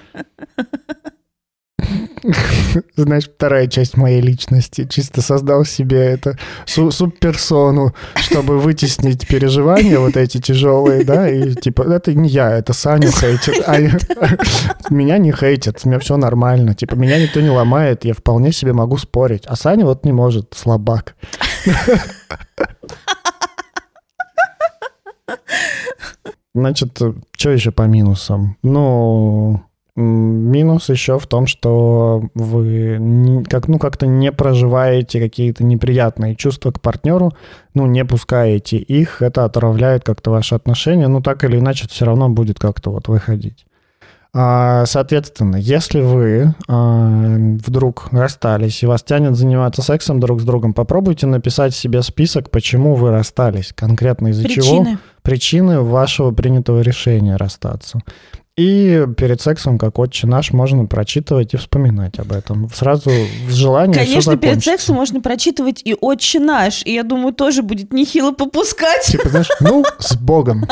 Знаешь, вторая часть моей личности. Чисто создал себе это су- субперсону, чтобы вытеснить переживания вот эти тяжелые, да, и типа, это не я, это Саню хейтит. А я, меня не хейтят, у меня все нормально. Типа, меня никто не ломает, я вполне себе могу спорить. А Саня вот не может, слабак. Значит, что еще по минусам? Ну... Минус еще в том, что вы не, как, ну, как-то не проживаете какие-то неприятные чувства к партнеру, ну, не пускаете их, это отравляет как-то ваши отношения, ну, так или иначе, это все равно будет как-то вот выходить. А, соответственно, если вы а, вдруг расстались и вас тянет заниматься сексом друг с другом, попробуйте написать себе список, почему вы расстались, конкретно из-за Причины. чего, причины вашего принятого решения расстаться. И перед сексом, как «Отче наш», можно прочитывать и вспоминать об этом. Сразу с желанием все закончится. Конечно, перед сексом можно прочитывать и «Отче наш», и я думаю, тоже будет нехило попускать. Типа, знаешь, ну, с Богом.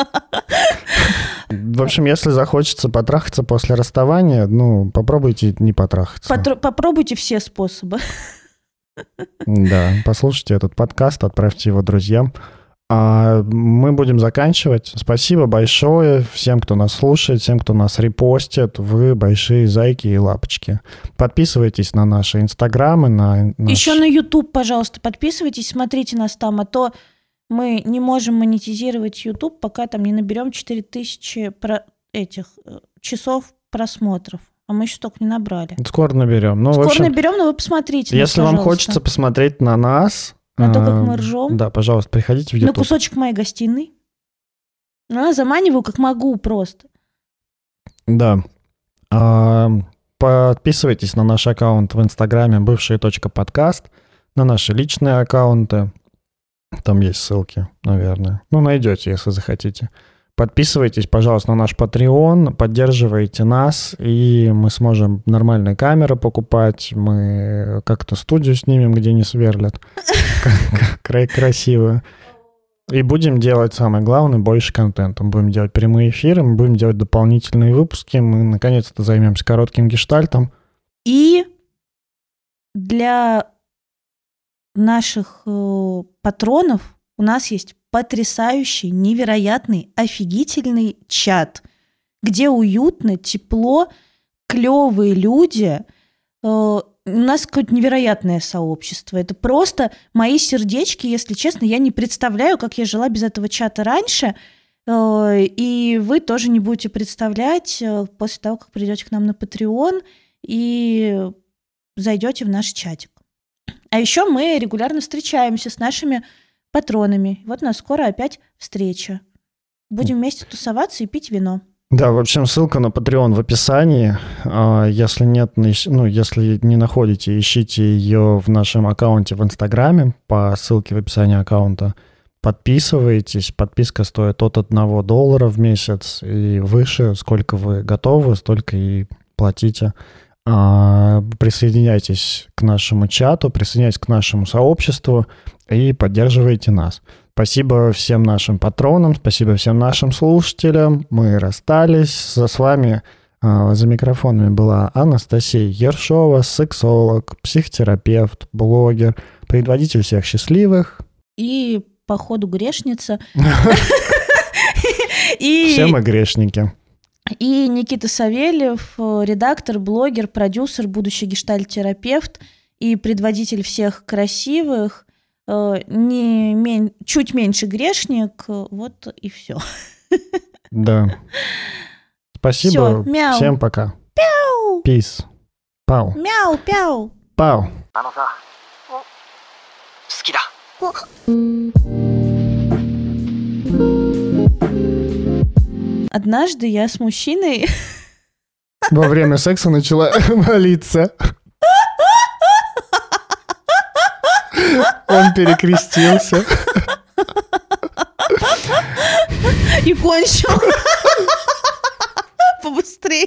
В общем, если захочется потрахаться после расставания, ну, попробуйте не потрахаться. Потр- попробуйте все способы. Да, послушайте этот подкаст, отправьте его друзьям. А мы будем заканчивать. Спасибо большое всем, кто нас слушает, всем, кто нас репостит. Вы большие зайки и лапочки. Подписывайтесь на наши инстаграмы. На наш... Еще на YouTube, пожалуйста, подписывайтесь, смотрите нас там, а то мы не можем монетизировать YouTube, пока там не наберем четыре тысячи про... этих часов просмотров. А мы еще столько не набрали. Скоро наберем. Ну, Скоро в общем, наберем, но вы посмотрите если нас, вам хочется посмотреть на нас... На то, как мы ржем. Да, пожалуйста, приходите в YouTube. На кусочек моей гостиной. А, заманиваю, как могу просто. Да. А, подписывайтесь на наш аккаунт в Инстаграме бывшие точка подкаст, на наши личные аккаунты. Там есть ссылки, наверное. Ну, найдете, если захотите. Подписывайтесь, пожалуйста, на наш Patreon, поддерживайте нас, и мы сможем нормальные камеры покупать, мы как-то студию снимем, где не сверлят, красивую. И будем делать, самое главное, больше контента. Мы будем делать прямые эфиры, мы будем делать дополнительные выпуски, мы наконец-то займемся коротким гештальтом. И для наших э, патронов у нас есть потрясающий, невероятный, офигительный чат, где уютно, тепло, клевые люди. У нас какое-то невероятное сообщество. Это просто мои сердечки, если честно. Я не представляю, как я жила без этого чата раньше. И вы тоже не будете представлять после того, как придете к нам на Patreon и зайдете в наш чатик. А еще мы регулярно встречаемся с нашими патронами. Вот у нас скоро опять встреча. Будем вместе тусоваться и пить вино. Да, в общем, ссылка на Patreon в описании. Если нет, ну, если не находите, ищите ее в нашем аккаунте в Инстаграме по ссылке в описании аккаунта. Подписывайтесь. Подписка стоит от одного доллара в месяц и выше. Сколько вы готовы, столько и платите. Присоединяйтесь к нашему чату, присоединяйтесь к нашему сообществу и поддерживайте нас. Спасибо всем нашим патронам, спасибо всем нашим слушателям. Мы расстались. С вами за микрофонами была Анастасия Ершова, сексолог, психотерапевт, блогер, предводитель всех счастливых. И, походу, грешница. Все мы грешники. И Никита Савельев, редактор, блогер, продюсер, будущий гештальт-терапевт и предводитель всех красивых, не мен... чуть меньше грешник, вот и все. Да. Спасибо. Всё, мяу. Всем пока. Пяу. Peace. Пау. Мяу, пяу. Пау. Однажды я с мужчиной... Во время секса начала молиться. Он перекрестился. И кончил. Побыстрее.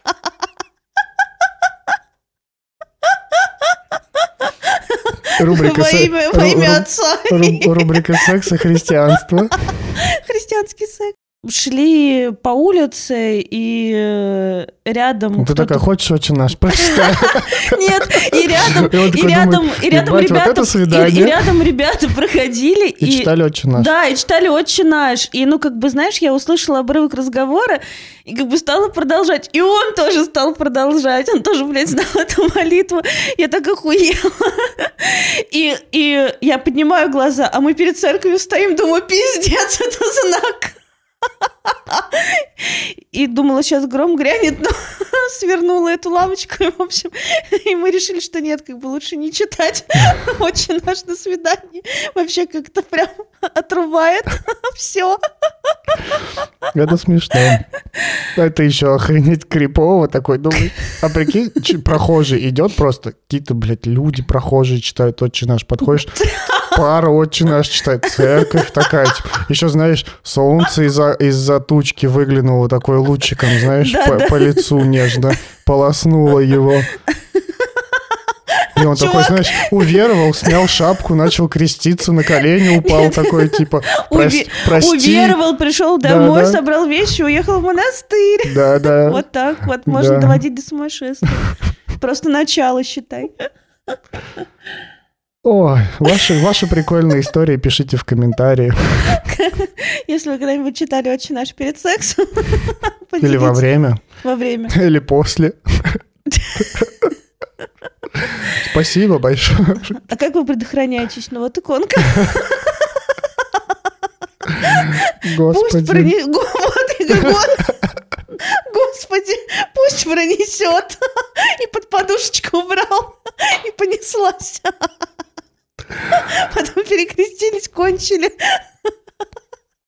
Рубрика во имя, во имя отца. Рубрика секс и христианство. Христианский секс. Шли по улице, и рядом... Ты такая, хочешь «Отче наш» прочитать? Нет, и рядом, и рядом, и рядом ребята, и рядом ребята проходили. И читали «Отче наш». Да, и читали «Отче наш». И, ну, как бы, знаешь, я услышала обрывок разговора, и как бы стала продолжать. И он тоже стал продолжать. Он тоже, блядь, знал эту молитву. Я так охуела. И, и я поднимаю глаза, а мы перед церковью стоим, думаю, пиздец, это знак. И думала, сейчас гром грянет, но свернула эту лавочку, и, в общем, и мы решили, что нет, как бы лучше не читать «Отче наш», до свидания. Вообще как-то прям отрубает все. Это смешно. Это еще охренеть крипово такой, думаю. А прикинь, прохожий идет просто, какие-то, блядь, люди прохожие читают «Отче наш», подходишь, пара «Отче наш» читает, церковь такая, типа, еще, знаешь, солнце из-за, из-за тучки выглянуло такой лучиком, знаешь, да, по, да. по лицу нежно, полоснуло его. И он Чувак. такой, знаешь, уверовал, снял шапку, начал креститься, на колени упал, Нет. такой, типа, Уви- прости. Уверовал, пришел домой, да, да. собрал вещи, уехал в монастырь. Да, да. Вот так вот можно да. доводить до сумасшествия. Просто начало, считай. Ой, ваши, ваши прикольные истории пишите в комментариях. Если вы когда-нибудь читали «Отче наш» перед сексом. Или во время. Во время. Или после. Спасибо большое. А как вы предохраняетесь? Ну вот иконка. Господи. Пусть пронесет. Господи, пусть пронесет. И под подушечку убрал. И понеслась. Потом перекрестились, кончили.